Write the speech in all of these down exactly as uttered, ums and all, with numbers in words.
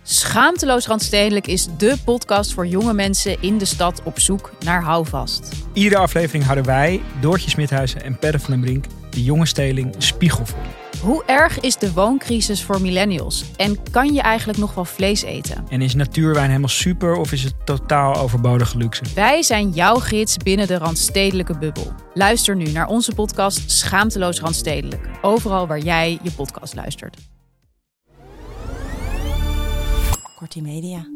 Schaamteloos Randstedelijk is dé podcast voor jonge mensen in de stad op zoek naar houvast. Iedere aflevering houden wij, Doortje Smithuizen en Perre van den Brink, de jonge steling spiegel voor. Hoe erg is de wooncrisis voor millennials? En kan je eigenlijk nog wel vlees eten? En is natuurwijn helemaal super of is het totaal overbodige luxe? Wij zijn jouw gids binnen de Randstedelijke bubbel. Luister nu naar onze podcast Schaamteloos Randstedelijk. Overal waar jij je podcast luistert. Kortie Media.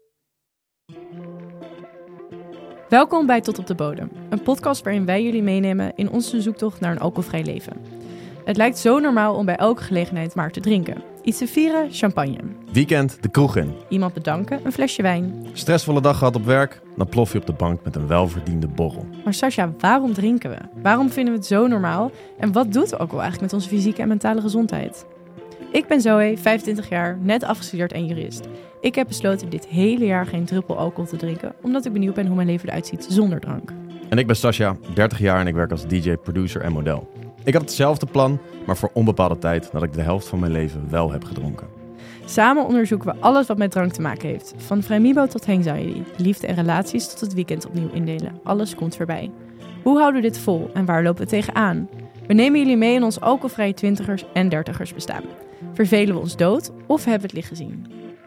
Welkom bij Tot op de Bodem, een podcast waarin wij jullie meenemen in onze zoektocht naar een alcoholvrij leven. Het lijkt zo normaal om bij elke gelegenheid maar te drinken. Iets te vieren, champagne. Weekend de kroeg in. Iemand bedanken, een flesje wijn. Stressvolle dag gehad op werk, dan plof je op de bank met een welverdiende borrel. Maar Sascha, waarom drinken we? Waarom vinden we het zo normaal? En wat doet het ook wel eigenlijk met onze fysieke en mentale gezondheid? Ik ben Zoe, vijfentwintig jaar, net afgestudeerd en jurist. Ik heb besloten dit hele jaar geen druppel alcohol te drinken, omdat ik benieuwd ben hoe mijn leven eruit ziet zonder drank. En ik ben Sascha, dertig jaar en ik werk als D J, producer en model. Ik had hetzelfde plan, maar voor onbepaalde tijd nadat ik de helft van mijn leven wel heb gedronken. Samen onderzoeken we alles wat met drank te maken heeft. Van vrijmibo tot anxiety, liefde en relaties tot het weekend opnieuw indelen. Alles komt voorbij. Hoe houden we dit vol en waar lopen we tegenaan? We nemen jullie mee in ons alcoholvrije twintigers en dertigers bestaan. Vervelen we ons dood of hebben we het licht gezien?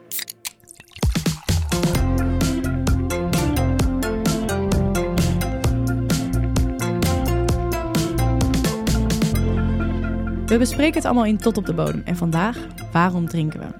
We bespreken het allemaal in Tot op de Bodem. En vandaag, waarom drinken we?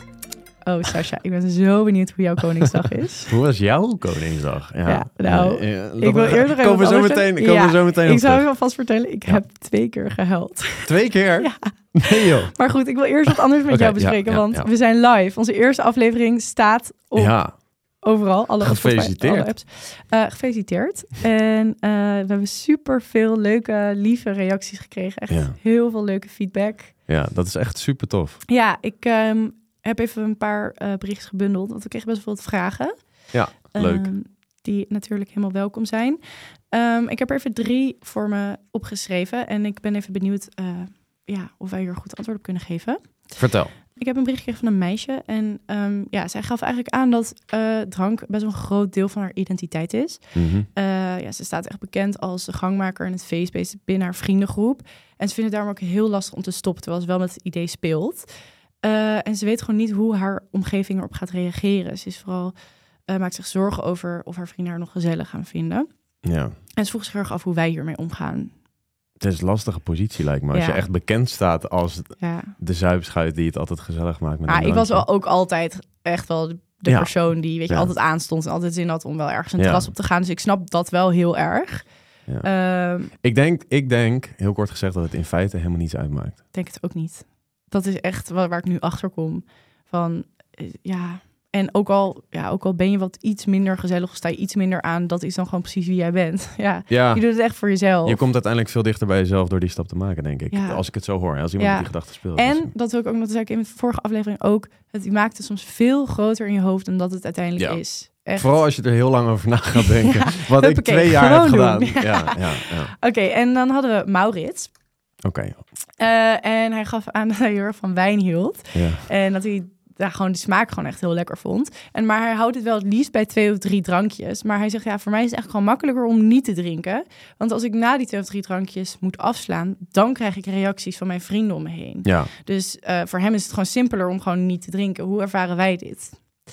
Oh, Sascha, ik ben zo benieuwd hoe jouw Koningsdag is. Hoe was jouw Koningsdag? Ja, ja nou, nee, ja, ik wil eerder komen we zo meteen, komen ja, we zo meteen ik op zou je terug. alvast vertellen, ik ja. heb twee keer gehuild. Twee keer? Ja. Nee joh. Maar goed, ik wil eerst wat anders met okay, jou bespreken, ja, ja, want ja. we zijn live. Onze eerste aflevering staat op Ja. overal. Alle, Gefeliciteerd. Alle apps. Uh, gefeliciteerd. En uh, we hebben super veel leuke, lieve reacties gekregen. Echt Ja. heel veel leuke feedback. Ja, dat is echt super tof. Ja, ik um, heb even een paar uh, berichten gebundeld, want we kregen best wel wat vragen. Ja, leuk. Um, die natuurlijk helemaal welkom zijn. Um, ik heb er even drie voor me opgeschreven en ik ben even benieuwd uh, ja, of wij hier goed antwoord op kunnen geven. Vertel. Ik heb een bericht gekregen van een meisje en um, ja, zij gaf eigenlijk aan dat uh, drank best wel een groot deel van haar identiteit is. Mm-hmm. Uh, ja, ze staat echt bekend als de gangmaker en het feestbeest binnen haar vriendengroep. En ze vindt het daarom ook heel lastig om te stoppen, terwijl ze wel met het idee speelt. Uh, en ze weet gewoon niet hoe haar omgeving erop gaat reageren. Ze is vooral, uh, maakt zich zorgen over of haar vrienden haar nog gezellig gaan vinden. Ja. En ze vroeg zich erg af hoe wij hiermee omgaan. Het is een lastige positie, lijkt me. Als Ja. je echt bekend staat als Ja. de zuipschuit die het altijd gezellig maakt. Met Maar een ik was drankje. wel ook altijd echt wel de, de Ja. persoon die weet je, Ja. altijd aanstond en altijd zin had om wel ergens een Ja. terras op te gaan. Dus ik snap dat wel heel erg. Ja. Um, Ik denk, ik denk, heel kort gezegd, dat het in feite helemaal niets uitmaakt. Ik denk het ook niet. Dat is echt waar, waar ik nu achter kom. Van, uh, ja... En ook al, ja, ook al ben je wat iets minder gezellig of sta je iets minder aan, dat is dan gewoon precies wie jij bent. Ja, Ja, je doet het echt voor jezelf. je komt uiteindelijk veel dichter bij jezelf door die stap te maken, denk ik. Ja. Als ik het zo hoor, als iemand Ja. die gedachte speelt. En Dus- dat wil ik ook nog, dat zei ik in de vorige aflevering ook, het maakt het soms veel groter in je hoofd dan dat het uiteindelijk Ja. is. Echt. Vooral als je er heel lang over na gaat denken. Ja. Wat ik Huppakee, twee jaar heb gewoon gedaan. doen. Ja, ja, ja. Oké, okay, en dan hadden we Maurits. Oké. Uh, en hij gaf aan dat hij heel erg van wijn hield. Ja. En dat hij ja, gewoon die smaak gewoon echt heel lekker vond. En, maar hij houdt het wel het liefst bij twee of drie drankjes. Maar hij zegt, ja, voor mij is het echt gewoon makkelijker om niet te drinken. Want als ik na die twee of drie drankjes moet afslaan, dan krijg ik reacties van mijn vrienden om me heen. Ja. Dus uh, voor hem is het gewoon simpeler om gewoon niet te drinken. Hoe ervaren wij dit?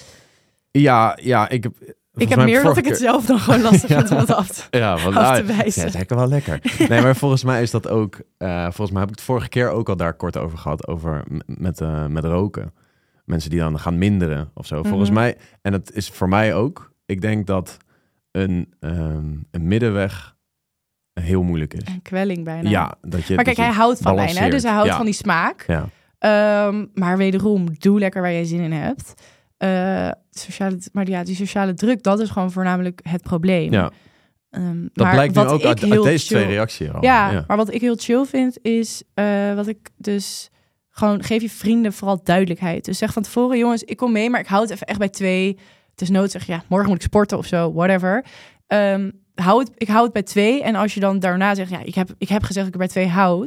Ja, ja, ik heb... Ik heb meer dat ik het zelf dan gewoon lastig ja. vind om het af te, ja, want, af ah, te wijzen. Ja, het is lekker wel lekker. Nee, maar volgens mij is dat ook... Uh, volgens mij heb ik het vorige keer ook al daar kort over gehad, over m- met, uh, met roken. Mensen die dan gaan minderen of zo. Volgens Mm-hmm. mij, en dat is voor mij ook, ik denk dat een, um, een middenweg heel moeilijk is. Een kwelling bijna. Ja, dat je, maar kijk, dat je hij houdt van wijn, hè? balanceert. Dus hij houdt Ja. van die smaak. Ja. Um, maar wederom, doe lekker waar jij zin in hebt. Uh, sociale, maar ja, die sociale druk, dat is gewoon voornamelijk het probleem. Ja. Um, Dat maar blijkt nu wat ook ik uit, heel uit deze chill, twee reacties. Al. Ja, ja, maar wat ik heel chill vind is, uh, wat ik dus gewoon, geef je vrienden vooral duidelijkheid. Dus zeg van tevoren, jongens, ik kom mee, maar ik hou het even echt bij twee. Het is nood, zeg ja, morgen moet ik sporten of zo, whatever. Um, hou het, ik hou het bij twee. En als je dan daarna zegt, ja, ik heb, ik heb gezegd dat ik er bij twee houd,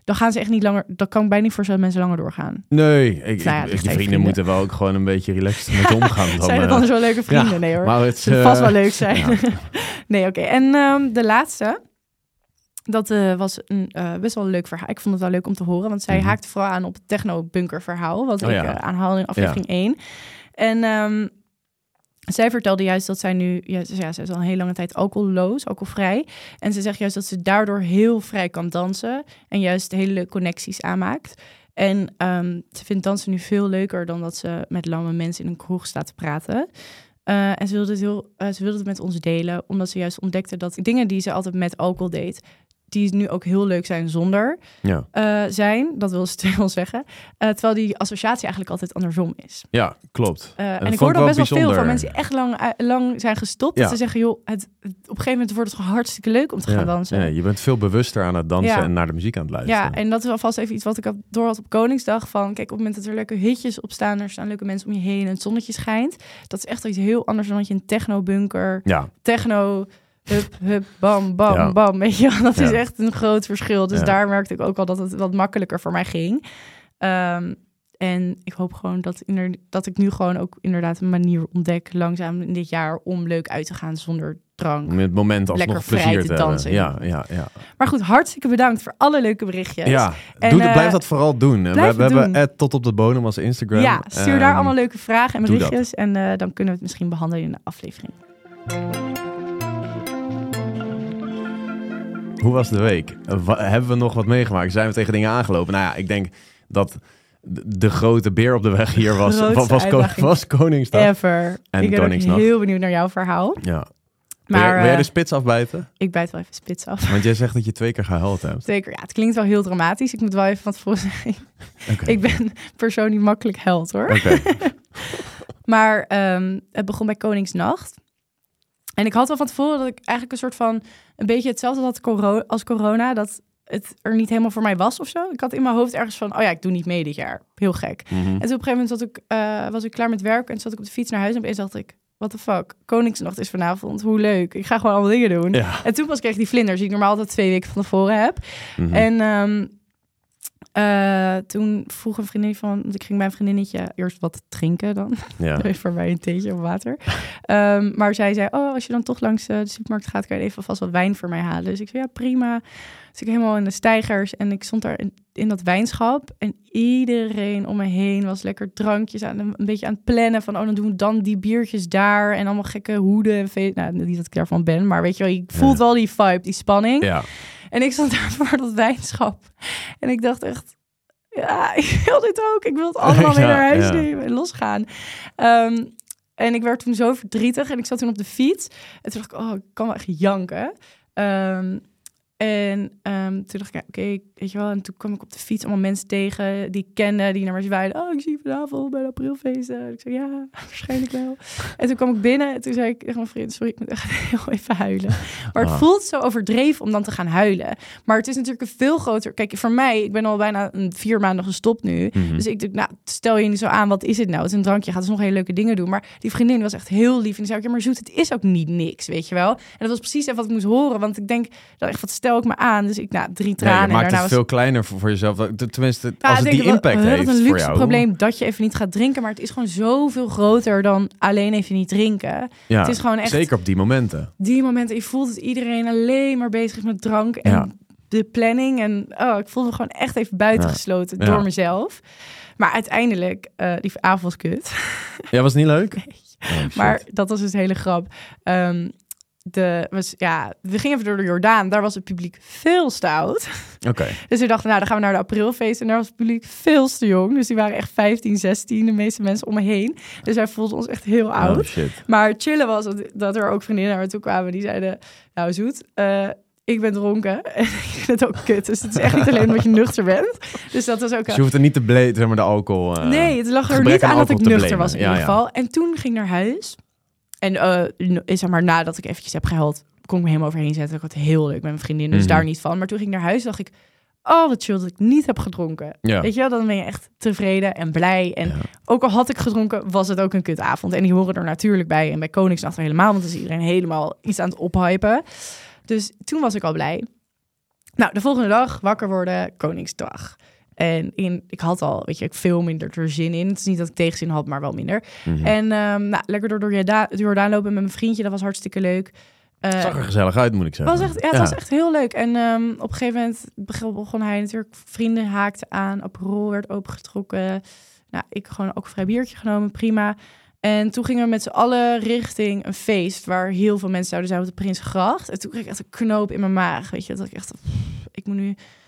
dan gaan ze echt niet langer... Dan kan ik bijna niet voorstellen dat mensen langer doorgaan. Nee, ik, Nou ja, ik, dus je vrienden, vrienden. moeten wel ook gewoon een beetje relaxed met je omgaan. Dan, Zijn het uh, dan zo leuke vrienden? ja, Nee hoor. maar het, Het zullen vast uh, wel leuk zijn. ja. Nee, oké. Okay. En um, de laatste... Dat uh, was een, uh, best wel een leuk verhaal. Ik vond het wel leuk om te horen. Want zij Mm-hmm. haakte vooral aan op het techno-bunker verhaal. Wat Oh, ik ja. uh, aanhaalde in aflevering ja. één. En um, zij vertelde juist dat zij nu... Ja, ja, ze is al een hele lange tijd alcoholloos, alcoholvrij. En ze zegt juist dat ze daardoor heel vrij kan dansen. En juist hele connecties aanmaakt. En um, ze vindt dansen nu veel leuker dan dat ze met lange mensen in een kroeg staat te praten. Uh, en ze wilde, het heel, uh, ze wilde het met ons delen, omdat ze juist ontdekte dat dingen die ze altijd met alcohol deed, die nu ook heel leuk zijn zonder ja. uh, zijn. Dat wil ze wel zeggen. Uh, terwijl die associatie eigenlijk altijd andersom is. Ja, klopt. Uh, en, en ik hoor dan best wel bijzonder. veel van mensen die echt lang, uh, lang zijn gestopt. Ja. Dat ze zeggen, joh, het, het, op een gegeven moment wordt het gewoon hartstikke leuk om te ja. gaan dansen. Ja, je bent veel bewuster aan het dansen ja. en naar de muziek aan het luisteren. Ja, en dat is alvast even iets wat ik door had op Koningsdag. Van, kijk, op het moment dat er leuke hitjes op staan, er staan leuke mensen om je heen en het zonnetje schijnt. Dat is echt iets heel anders dan dat je een techno-bunker, ja. techno... Hup, hup, bam, bam, ja. bam. Weet je, dat is ja. echt een groot verschil. Dus ja. daar merkte ik ook al dat het wat makkelijker voor mij ging. Um, en ik hoop gewoon dat, inder, dat ik nu gewoon ook inderdaad een manier ontdek, langzaam in dit jaar, om leuk uit te gaan zonder drank. Om in het moment alsnog lekker plezier vrij te, te dansen. Ja, ja, ja. Maar goed, hartstikke bedankt voor alle leuke berichtjes. Ja, en, doe, uh, blijf dat vooral doen. We, we hebben Ed tot op de bodem als Instagram. Ja, stuur daar um, allemaal leuke vragen en berichtjes. En uh, dan kunnen we het misschien behandelen in de aflevering. Hoe was de week? Wa- hebben we nog wat meegemaakt? Zijn we tegen dingen aangelopen? Nou ja, ik denk dat de grote beer op de weg hier was, was, was, ko- was Koningsdag. Ever. En ik ben Koningsnacht. heel benieuwd naar jouw verhaal. Ja. Maar, wil, jij, wil jij de uh, spits afbijten? Ik bijt wel even spits af. Want jij zegt dat je twee keer gehuild hebt. Zeker, ja. Het klinkt wel heel dramatisch. Ik moet wel even van tevoren zeggen. Okay. Ik ben een persoon die makkelijk huilt, hoor. Okay. Maar um, het begon bij Koningsnacht. En ik had al van tevoren dat ik eigenlijk een soort van... een beetje hetzelfde had coro- als corona... dat het er niet helemaal voor mij was of zo. Ik had in mijn hoofd ergens van... oh ja, ik doe niet mee dit jaar. Heel gek. Mm-hmm. En toen op een gegeven moment zat ik, uh, was ik klaar met werk... en zat ik op de fiets naar huis... en opeens dacht ik... what the fuck, Koningsnacht is vanavond. Hoe leuk. Ik ga gewoon allemaal dingen doen. Ja. En toen pas kreeg ik die vlinders... die ik normaal altijd twee weken van tevoren heb. Mm-hmm. En... Um, Uh, toen vroeg een vriendin van... want ik ging bij een vriendinnetje eerst wat drinken dan. Ja. Even voor mij een theetje of water. Um, maar zij zei... oh, als je dan toch langs uh, de supermarkt gaat... kan je even vast wat wijn voor mij halen. Dus ik zei, ja, prima. Dus ik helemaal in de steigers... en ik stond daar in, in dat wijnschap... en iedereen om me heen was lekker drankjes aan... een beetje aan het plannen van... oh, dan doen we dan die biertjes daar... en allemaal gekke hoeden. En ve- nou, niet dat ik daarvan ben... maar weet je wel, je voelt ja. wel die vibe, die spanning... Ja. En ik stond daar voor dat wijnschap. En ik dacht echt... ja, ik wil dit ook. Ik wil het allemaal weer ja, naar huis ja. nemen en losgaan. Um, en ik werd toen zo verdrietig. En ik zat toen op de fiets. En toen dacht ik, oh, ik kan wel echt janken. Um, en um, toen dacht ik, ja, oké, okay, weet je wel. En toen kwam ik op de fiets allemaal mensen tegen die ik kende, die naar me zwaaiden. Oh, ik zie je vanavond bij de aprilfeesten. En ik zei, ja, waarschijnlijk wel. En toen kwam ik binnen en toen zei ik tegen mijn vriend, sorry, ik moet echt heel even huilen. Maar het voelt zo overdreven om dan te gaan huilen. Maar het is natuurlijk een veel groter... Kijk, voor mij, ik ben al bijna een vier maanden gestopt nu. Mm-hmm. Dus ik dacht, nou, stel je niet zo aan, wat is het nou? Het is een drankje, gaat dus nog hele leuke dingen doen. Maar die vriendin was echt heel lief. En die zei ook, ja, maar Zoet, het is ook niet niks, weet je wel. En dat was precies even wat ik moest horen. Want ik denk, dat echt, wat stel ik me aan? Dus ik, nou, drie tranen. Ja, je maakt en daarna het was... veel kleiner voor, voor jezelf. Tenminste, ja, als het die impact wel, heeft het een voor luxe jou. probleem dat je even niet gaat drinken. Maar het is gewoon zoveel groter dan alleen even niet drinken. Ja, het is gewoon echt... zeker op die momenten. Die momenten, je voelt het iedereen alleen maar bezig is met drank en ja. de planning. En oh, ik voelde me gewoon echt even buitengesloten ja. door ja. mezelf. Maar uiteindelijk, uh, die avond was kut. Ja, was niet leuk? Nee. Oh, maar dat was dus een hele grap. Um, De, was, ja, we gingen even door de Jordaan. Daar was het publiek veel stout. Okay. Dus we dachten, nou, dan gaan we naar de aprilfeest. En daar was het publiek veel te jong. Dus die waren echt vijftien, zestien, de meeste mensen om me heen. Dus wij voelden ons echt heel oud. Oh, shit. Maar chillen was dat er ook vriendinnen naar me toe kwamen. Die zeiden, nou Zoet, uh, ik ben dronken. En ik vind het ook kut. Dus het is echt niet alleen omdat je nuchter bent. Dus dat was ook... Dus je hoeft er niet te bleden, zeg maar, de alcohol... Uh, nee, het lag er niet aan, aan dat ik nuchter blamen. was in ja, ieder geval. Ja. En toen ging ik naar huis... En uh, zeg maar, nadat ik eventjes heb gehuild, kon ik me helemaal overheen zetten. Ik had het heel leuk met mijn vriendin, dus mm-hmm. daar niet van. Maar toen ging ik naar huis, dacht ik, oh, wat chill dat ik niet heb gedronken. Ja. Weet je wel, dan ben je echt tevreden en blij. En ja. ook al had ik gedronken, was het ook een kutavond. En die horen er natuurlijk bij. En bij Koningsnacht helemaal, want dan is iedereen helemaal iets aan het ophypen. Dus toen was ik al blij. Nou, de volgende dag wakker worden, Koningsdag. En in, ik had al, weet je, ik veel minder er zin in. Het is niet dat ik tegenzin had, maar wel minder. Mm-hmm. En um, nou, lekker door, door Jordaan, Jordaan lopen met mijn vriendje, dat was hartstikke leuk. Het uh, zag er gezellig uit, moet ik zeggen. Was echt, ja, het ja. was echt heel leuk. En um, op een gegeven moment begon hij natuurlijk, vrienden haakten aan, Aperol werd opengetrokken. Nou, ik gewoon ook een vrij biertje genomen, prima. En toen gingen we met z'n allen richting een feest waar heel veel mensen zouden zijn op de Prinsengracht. En toen kreeg ik echt een knoop in mijn maag, weet je. Dat ik echt, pff, ik moet nu,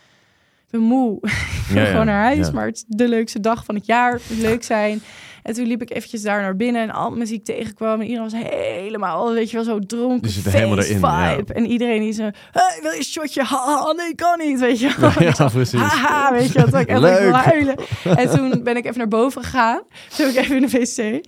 ik ben moe. ik wil ja, gewoon naar huis, ja. maar het is de leukste dag van het jaar. Het moet leuk zijn. En toen liep ik eventjes daar naar binnen en al mensen die ik tegenkwam. En iedereen was helemaal, weet je wel, zo dronken, dus feest vibe. Ja. En iedereen die zo, hey, wil je een shotje? Haha, nee, kan niet, weet je wel. Ja, ja, precies. Haha, weet je, dat ik echt leuk. Huilen. En toen ben ik even naar boven gegaan. Toen heb ik even in de wc.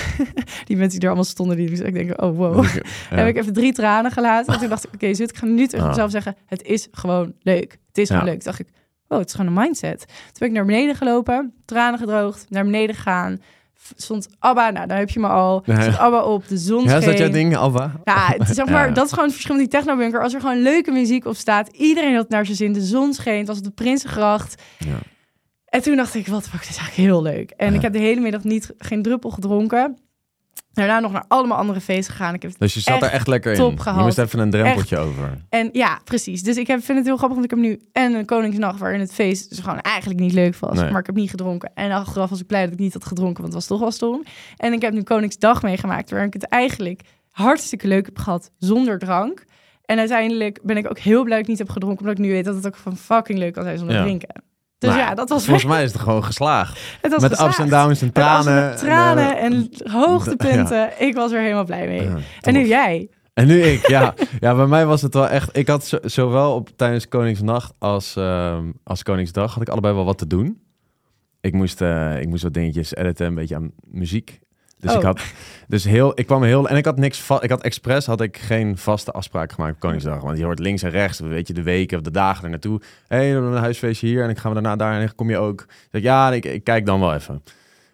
Die mensen die er allemaal stonden, die ik denk, oh wow. Ja. Heb ik even drie tranen gelaten. En toen dacht ik, oké, okay, Zut, ik ga nu tegen mezelf zeggen, het is gewoon leuk. Het is gewoon ja. leuk. Toen dacht ik, oh, het is gewoon een mindset. Toen ben ik naar beneden gelopen, tranen gedroogd, naar beneden gegaan. Stond ABBA, nou, daar heb je me al. Stond ABBA op, de zon scheen. Ja, is dat jouw ding, ABBA? Ja, het, zeg maar, ja. dat is gewoon het verschil met die technobunker. Als er gewoon leuke muziek op staat, iedereen had naar zijn zin. De zon scheen, het was op de Prinsengracht. Ja. En toen dacht ik, wat fuck, dit is eigenlijk heel leuk. En ja. ik heb de hele middag niet, geen druppel gedronken. Daarna nog naar allemaal andere feesten gegaan. Ik heb dus je zat er echt lekker in. Gehad. Je moest even een drempeltje echt. over. En ja, precies. Dus ik heb, vind het heel grappig, want ik heb nu en een Koningsnacht waarin het feest dus gewoon eigenlijk niet leuk was. Nee. Maar ik heb niet gedronken. En achteraf was ik blij dat ik niet had gedronken, want het was toch wel stom. En ik heb nu Koningsdag meegemaakt, waar ik het eigenlijk hartstikke leuk heb gehad zonder drank. En uiteindelijk ben ik ook heel blij dat ik niet heb gedronken, omdat ik nu weet dat het ook van fucking leuk kan zijn zonder ja. drinken. Dus nou, ja, dat was volgens mij is het gewoon geslaagd. Het was met geslaagd. ups en downs en tranen. Met tranen en, en hoogtepunten. Ja. Ik was er helemaal blij mee. Ja, en nu jij. En nu ik, ja. Ja, bij mij was het wel echt... Ik had zo, zowel op, tijdens Koningsnacht als, uh, als Koningsdag had ik allebei wel wat te doen. Ik moest, uh, ik moest wat dingetjes editen, een beetje aan muziek. Dus oh. ik had dus heel, ik kwam heel en ik had niks va- ik had expres had ik geen vaste afspraak gemaakt op Koningsdag, want je hoort links en rechts, weet je, de weken of de dagen er naartoe. Hé, hey, we hebben een huisfeestje hier en dan gaan we daarna daar en dan kom je ook. Dus ja, ik, ik kijk dan wel even.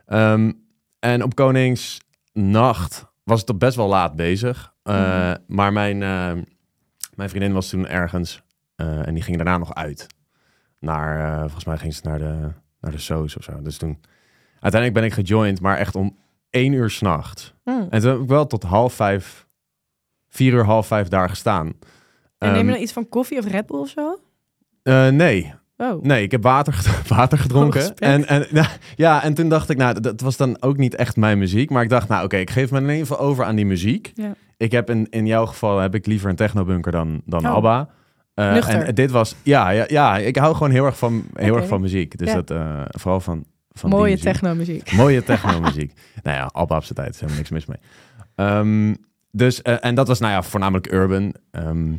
Um, en op Koningsnacht was het toch best wel laat bezig, uh, mm. maar mijn uh, mijn vriendin was toen ergens uh, en die ging daarna nog uit naar uh, volgens mij ging ze naar de naar de Soos of zo. Dus toen uiteindelijk ben ik gejoind, maar echt om één uur 's nachts. Mm. En toen heb ik wel tot half vijf, vier uur, half vijf daar gestaan. En um, neem je dan iets van koffie of Red Bull of zo? Uh, nee. Oh. Nee, ik heb water, water gedronken. Oh, en, en, nou, ja, en toen dacht ik, nou, dat was dan ook niet echt mijn muziek. Maar ik dacht, nou oké, okay, ik geef me in ieder geval over aan die muziek. Ja. Ik heb in, in jouw geval heb ik liever een technobunker dan, dan oh. ABBA. Uh, en dit was, ja, ja, ja, ik hou gewoon heel erg van, heel okay. erg van muziek. Dus ja. dat uh, vooral van... Van mooie techno-muziek. Mooie techno-muziek. Nou ja, ABBA op zijn tijd. Er is helemaal niks mis mee. Um, dus, uh, en dat was nou ja, voornamelijk urban. Um,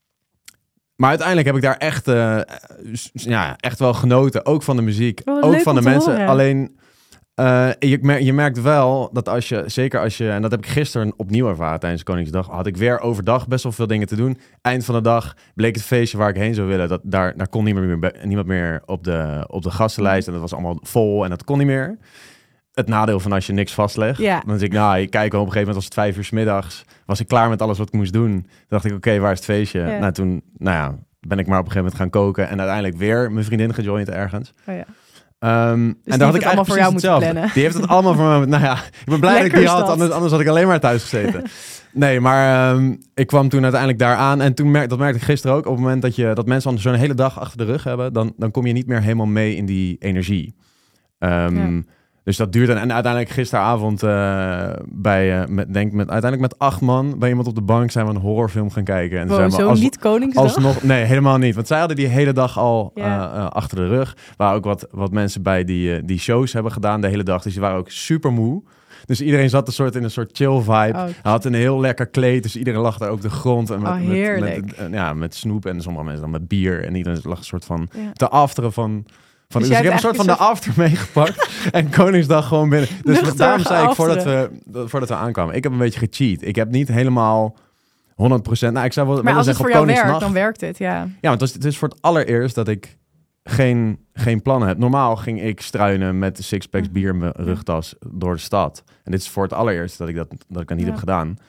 maar uiteindelijk heb ik daar echt, uh, ja, echt wel genoten. Ook van de muziek. Oh, ook van de mensen. Horen. Alleen, uh, je, merkt, je merkt wel dat als je, zeker als je... En dat heb ik gisteren opnieuw ervaren tijdens Koningsdag. Had ik weer overdag best wel veel dingen te doen. Eind van de dag bleek het feestje waar ik heen zou willen. Dat, daar, daar kon niemand meer, niemand meer op de, op de gastenlijst. En dat was allemaal vol en dat kon niet meer. Het nadeel van als je niks vastlegt. Ja. Dan denk ik, nou, ik kijk op een gegeven moment was het vijf uur 's middags. Was ik klaar met alles wat ik moest doen. Toen dacht ik, oké, okay, waar is het feestje? Ja. Nou, toen nou ja, ben ik maar op een gegeven moment gaan koken. En uiteindelijk weer mijn vriendin gejoind ergens. Oh ja. Um, dus en dan had ik allemaal voor jou moeten plannen. Die heeft het allemaal voor mij. Nou ja, ik ben blij Lekker dat ik die had, anders, anders had ik alleen maar thuis gezeten. Nee, maar um, ik kwam toen uiteindelijk daar aan. En toen merk, dat merkte ik gisteren ook. Op het moment dat, je, dat mensen zo'n hele dag achter de rug hebben, dan, dan kom je niet meer helemaal mee in die energie. Um, ja. Dus dat duurde. En uiteindelijk gisteravond uh, bij, uh, met, denk met, uiteindelijk met acht man bij iemand op de bank zijn we een horrorfilm gaan kijken. En wow, zijn we zo als, niet Koningsdag? Alsnog, nee, helemaal niet. Want zij hadden die hele dag al ja. uh, uh, achter de rug. Waar ook wat, wat mensen bij die, uh, die shows hebben gedaan de hele dag. Dus die waren ook super moe. Dus iedereen zat een soort in een soort chill vibe. Oh. Hij had een heel lekker kleed, dus iedereen lag daar ook de grond. En met, oh, heerlijk. met, met, uh, ja, met snoep en sommige mensen dan met bier. En iedereen lag een soort van ja. te afteren van... Van, dus, dus ik heb een soort van de after meegepakt en Koningsdag gewoon binnen. Dus Nuchter daarom zei ik, voordat we, voordat we aankwamen, ik heb een beetje gecheat. Ik heb niet helemaal honderd procent... Nou, ik zou wel, maar als het zeggen, voor jou Koningsnacht, werkt, dan werkt het, ja. Ja, want het is, het is voor het allereerst dat ik geen, geen plannen heb. Normaal ging ik struinen met de sixpacks bier in mijn rugtas door de stad. En dit is voor het allereerst dat ik dat, dat, ik dat niet ja. heb gedaan.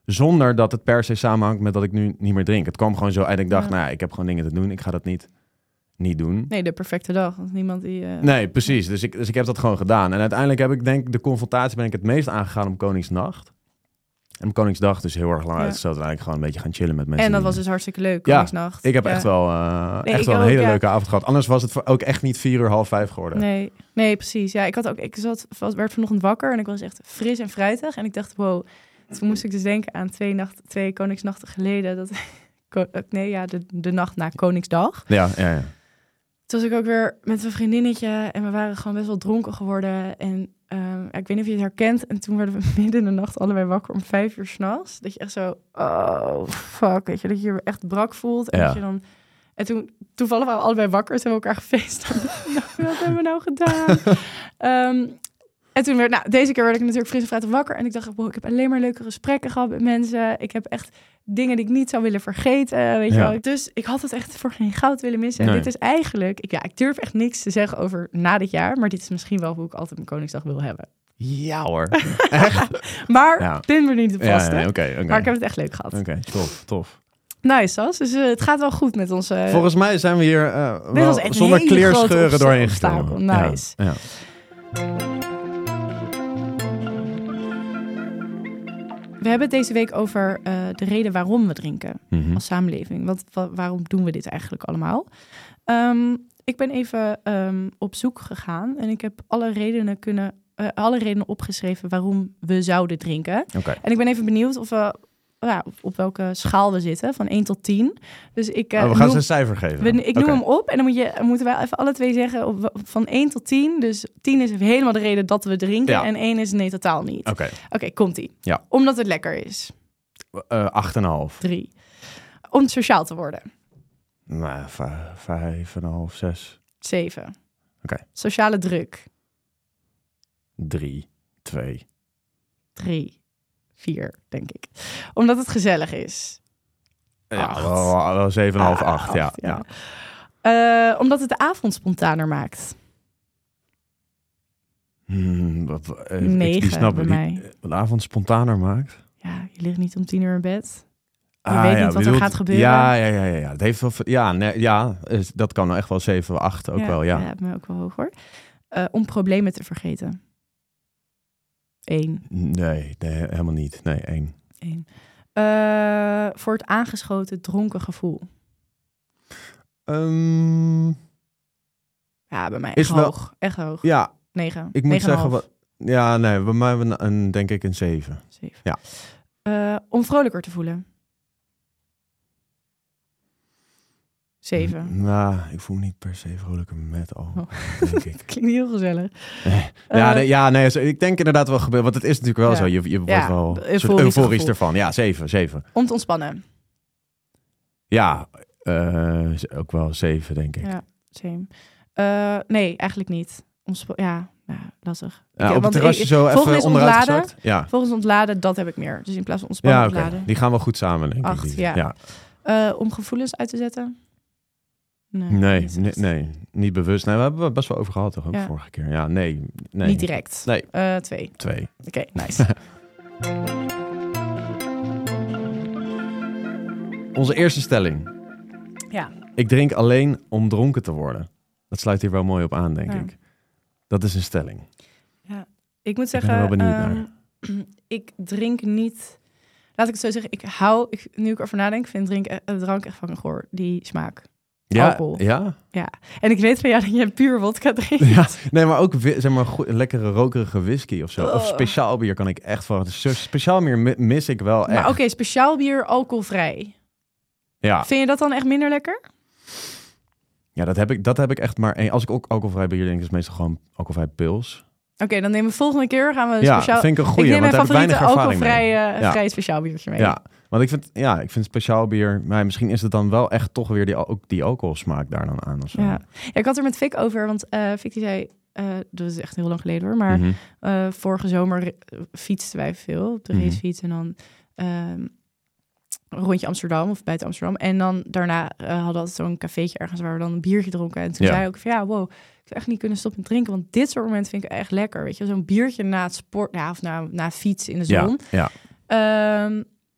Zonder dat het per se samenhangt met dat ik nu niet meer drink. Het kwam gewoon zo en ik dacht, Ja. nou ja, ik heb gewoon dingen te doen. Ik ga dat niet, niet doen. Nee, de perfecte dag. Want niemand die... Uh... Nee, precies. Dus ik, dus ik heb dat gewoon gedaan. En uiteindelijk heb ik denk ik de confrontatie ben ik het meest aangegaan op Koningsnacht. En op Koningsdag dus heel erg lang Ja. uitgesteld. En eigenlijk gewoon een beetje gaan chillen met mensen. En dat die- was dus hartstikke leuk, Ja, Koningsnacht. Ik heb Ja. echt wel, uh, Nee, echt ik wel een ook, hele ja. leuke avond gehad. Anders was het voor- ook echt niet vier uur, half vijf geworden. Nee, nee, precies. Ja, ik had ook, ik zat, was, werd vanochtend wakker en ik was echt fris en fruitig. En ik dacht, wow. Toen moest ik dus denken aan twee, nacht, twee Koningsnachten geleden. Dat, ko- nee, ja, de, de nacht na Koningsdag. Ja, ja, ja. Toen was ik ook weer met een vriendinnetje en we waren gewoon best wel dronken geworden. En um, ja, ik weet niet of je het herkent. En toen werden we midden in de nacht allebei wakker om vijf uur 's nachts. Dat je echt zo, oh fuck, weet je, dat je je echt brak voelt. En, Ja. dat je dan, en toen toevallig waren we allebei wakker, toen hebben we elkaar gefeest. Nou, wat hebben we nou gedaan? um, en toen werd, nou, deze keer werd ik natuurlijk fris en fruitig wakker. En ik dacht, wow, ik heb alleen maar leuke gesprekken gehad met mensen. Ik heb echt dingen die ik niet zou willen vergeten, weet je Ja. wel. Dus ik had het echt voor geen goud willen missen. En Nee. dit is eigenlijk, ik, ja, ik durf echt niks te zeggen over na dit jaar. Maar dit is misschien wel hoe ik altijd mijn Koningsdag wil hebben. Ja hoor. Maar Ja. pin me niet Ja, vast, nee, hè. oké, oké. Maar ik heb het echt leuk gehad. Oké, tof, tof. Nice, Sas. Dus uh, het gaat wel goed met onze... Volgens mij zijn we hier uh, Dit wel was echt een zonder hele grote kleerscheuren obst- doorheen obstakel. gekomen. Nice. Ja, ja. We hebben het deze week over uh, de reden waarom we drinken Mhm. als samenleving. Wat, wa- waarom doen we dit eigenlijk allemaal? Um, ik ben even um, op zoek gegaan en ik heb alle redenen kunnen, uh, alle redenen opgeschreven waarom we zouden drinken. Oké. En ik ben even benieuwd of we, ja, op, op welke schaal we zitten, van één tot tien. Dus ik, uh, Oh, we gaan noem, ze een cijfer geven. we, ik noem Oké. hem op en dan moet je, moeten wij even alle twee zeggen op, van één tot tien. Dus tien is helemaal de reden dat we drinken Ja. en één is nee, totaal niet. Oké, Oké, okay, komt-ie. Ja. Omdat het lekker is. uh, acht en een half. Drie. Om sociaal te worden. Nou, v- vijf en een half, zes. Zeven. Oké. Sociale druk. Drie, twee. Drie. Vier, denk ik. Omdat het gezellig is. Ja, Acht. wel, wel zeven en een half, Ah, acht. Ja, acht, ja. ja. Uh, omdat het de avond spontaner maakt. Hmm, wat, uh, ik- Negen die snap bij ik mij. niet. De avond spontaner maakt. Ja, je ligt niet om tien uur in bed. Je Ah, weet ja, niet wat er bedoelt- gaat gebeuren. Ja, ja, ja, ja, ja. Het heeft wel, ja, nee, ja, is- dat kan echt wel zeven, acht ook wel, ja. Ja, bij mij ook wel hoog hoor. Uh, om problemen te vergeten. Eén. Nee, nee, helemaal niet. Nee, één. Eén. Uh, voor het aangeschoten dronken gevoel. Um, Ja, bij mij Is echt wel- hoog. Echt hoog. ja, Negen. ik moet Negen en een zeggen, half. wat, ja, nee, bij mij een, een, denk ik een zeven. Zeven. Ja. Uh, om vrolijker te voelen. Zeven. Nou, ik voel me niet per se vrolijker met al, Oh. denk ik. Klinkt niet heel gezellig. Ja, Uh, nee, ja, nee, zo- ik denk inderdaad wel gebeuren, want het is natuurlijk wel Ja. zo. Je, je wordt Ja, wel een soort euforisch euforisch gevoel. ervan. Ja, zeven, zeven. Om te ontspannen. Ja, uh, ook wel zeven, denk ik. Ja, same. Uh, nee, eigenlijk niet. Omsp- ja, nou, lastig. Ja, Ik- op het want terrasje ik- zo volgende even is onderuit ontladen. gezakt. Ja, Volgens ontladen, dat heb ik meer. Dus in plaats van ontspannen, ja oké. ontladen. Die gaan wel goed samen, denk Acht, ik. die. ja. ja. Uh, om gevoelens uit te zetten? Nee, Nee, niet nee, echt. nee, niet bewust. Nee, we hebben het best wel over gehad, toch? Ook Ja. vorige keer. Ja, nee. nee. Niet direct. Nee. Uh, twee. Twee. Oké, okay, nice. Onze eerste stelling. Ja. Ik drink alleen om dronken te worden. Dat sluit hier wel mooi op aan, denk Ja. ik. Dat is een stelling. Ik moet ben er zeggen, wel benieuwd um, ik drink niet... Laat ik het zo zeggen, ik hou, ik, nu ik erover nadenk, vind drink, uh, drank echt fucking goor. Die smaak. Ja, Alcohol. ja? Ja. En ik weet van jou dat je puur wodka drinkt. Ja, nee, maar ook wi- zeg maar goe- lekkere rokerige whisky of zo. Of Oh. speciaal bier kan ik echt van. Dus zo speciaal bier mi- mis ik wel echt. Maar oké, okay, speciaal bier, alcoholvrij. Ja, Vind je dat dan echt minder lekker? ja dat, heb ik, dat heb ik echt maar één. Als ik ook alcoholvrij bier drink, is het meestal gewoon alcoholvrij pils. Oké, okay, dan nemen we volgende keer gaan we een Ja, speciaal... vind ik een goeie, ik neem want mijn daar heb ik favoriete weinig ervaring mee. alcoholvrij uh, Ja. vrij speciaal biertje mee. Ja, want ik vind, ja, ik vind speciaal bier, maar misschien is het dan wel echt toch weer die, al- ook die alcoholsmaak daar dan aan of zo. Ja. Ja, ik had er met Vic over, want uh, Vic die zei... Uh, dat is echt heel lang geleden hoor, maar Mhm. uh, vorige zomer uh, fietsten wij veel op de Mhm. racefiets en dan um, een rondje Amsterdam of buiten Amsterdam. En dan daarna uh, hadden we altijd zo'n cafeetje ergens waar we dan een biertje dronken. En toen Ja. zei ik ook van ja, wow, ik zou echt niet kunnen stoppen met drinken, want dit soort momenten vind ik echt lekker. Weet je, zo'n biertje na het sport, ja, of na, na fietsen in de zon. Ja, ja. Um,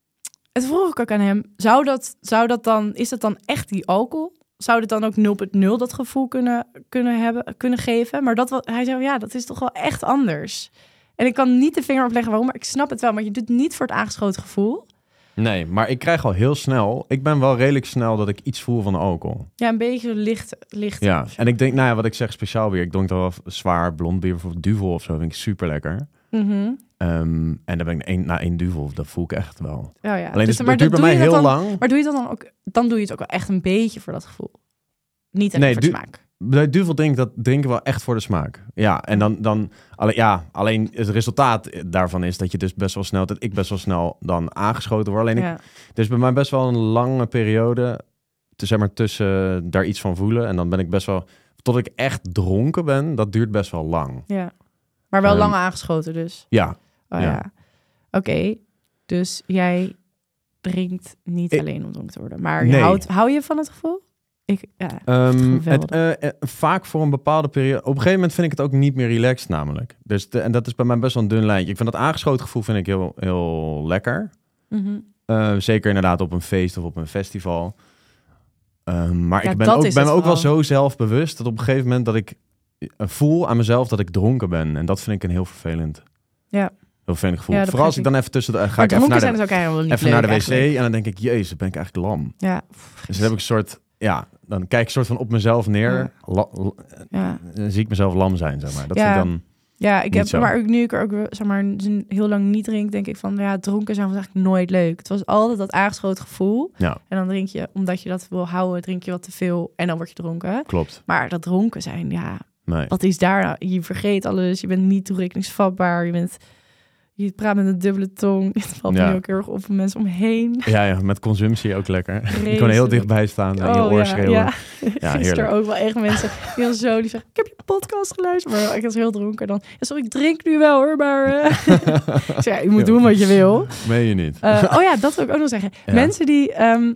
het vroeg ik ook aan hem, zou dat, zou dat dan, is dat dan echt die alcohol? Zou dit dan ook nul punt nul dat gevoel kunnen, kunnen, hebben, kunnen geven? Maar dat, hij zei, ja, dat is toch wel echt anders. En ik kan niet de vinger opleggen waarom, maar ik snap het wel. Maar je doet het niet voor het aangeschoten gevoel. Nee, maar ik krijg al heel snel... Ik ben wel redelijk snel dat ik iets voel van alcohol. Ja, een beetje licht. licht Ja, en ik denk, nou ja, wat ik zeg, speciaal bier. Ik drink dan wel zwaar blond bier, bijvoorbeeld Duvel of zo. Vind ik super lekker. Mm-hmm. Um, en dan ben ik een, na één Duvel, dat voel ik echt wel. Oh ja. Alleen dus, het maar duurt bij mij heel dan, lang. Maar doe je het dan ook... Dan doe je het ook wel echt een beetje voor dat gevoel. Niet alleen Nee, voor de du- smaak. Bij Duvel drink ik dat drinken wel echt voor de smaak. Ja, en dan, dan alleen, ja, alleen het resultaat daarvan is dat je dus best wel snel, dat ik best wel snel dan aangeschoten word. Alleen Ja. ik, dus bij mij best wel een lange periode, te, zeg maar, tussen daar iets van voelen. En dan ben ik best wel, tot ik echt dronken ben, dat duurt best wel lang. Ja. Maar wel Um, lang aangeschoten dus. Ja. Oh ja. ja. Oké. Okay. Dus jij drinkt niet Ik, alleen om dronken te worden. Maar je nee. houdt, hou je van het gevoel? Ik, ja, Um, het het, uh, uh, vaak voor een bepaalde periode. Op een gegeven moment vind ik het ook niet meer relaxed namelijk. Dus de, en dat is bij mij best wel een dun lijntje. Ik vind dat aangeschoten gevoel vind ik heel, heel lekker. mm-hmm. Uh, zeker inderdaad op een feest of op een festival. Um, maar Ja, ik ben, dat ook, is ben het me ook wel vooral. zo zelfbewust dat op een gegeven moment dat ik uh, voel aan mezelf dat ik dronken ben. En dat vind ik een heel vervelend. Ja. Heel vervelend gevoel. Ja, dat Vooral als ik begrijp dan even tussen de, uh, ga Maar ik even naar dronken de, zijn is ook helemaal niet even leuk naar de wc eigenlijk. en dan denk ik, jezus, ben ik eigenlijk lam. Ja. Pff, Dus dan heb ik een soort, ja, dan kijk ik soort van op mezelf neer. Ja. La, la- ja. dan zie ik mezelf lam zijn, zeg maar. Dat Ja. vind ik dan... Ja, ik Niet heb, zo. maar ook nu ik er ook zeg maar heel lang niet drink, denk ik van ja, dronken zijn was eigenlijk nooit leuk. Het was altijd dat aangeschoten gevoel. Ja, En dan drink je, omdat je dat wil houden, drink je wat te veel en dan word je dronken. klopt. Maar dat dronken zijn, ja, Nee. wat is daar nou? Je vergeet alles, je bent niet toerekeningsvatbaar, je bent, je praat met een dubbele tong. Het valt Ja. me ook heel erg op van mensen omheen. Ja, ja, met consumptie ook lekker. Je kan er heel Vreselijk. dichtbij staan en je Oh, oor ja, schreeuwen. ja. Ja, Gisteren heerlijk. ook wel echt mensen die dan zo, die zeggen, ik heb je podcast geluisterd. Maar ik was heel dronken dan. Ja, sorry, ik drink nu wel hoor, maar... Uh... ik zei, ja, je moet doen wat je wil. Meen je niet? Uh, oh ja, dat wil ik ook nog zeggen. Ja. Mensen die... Um,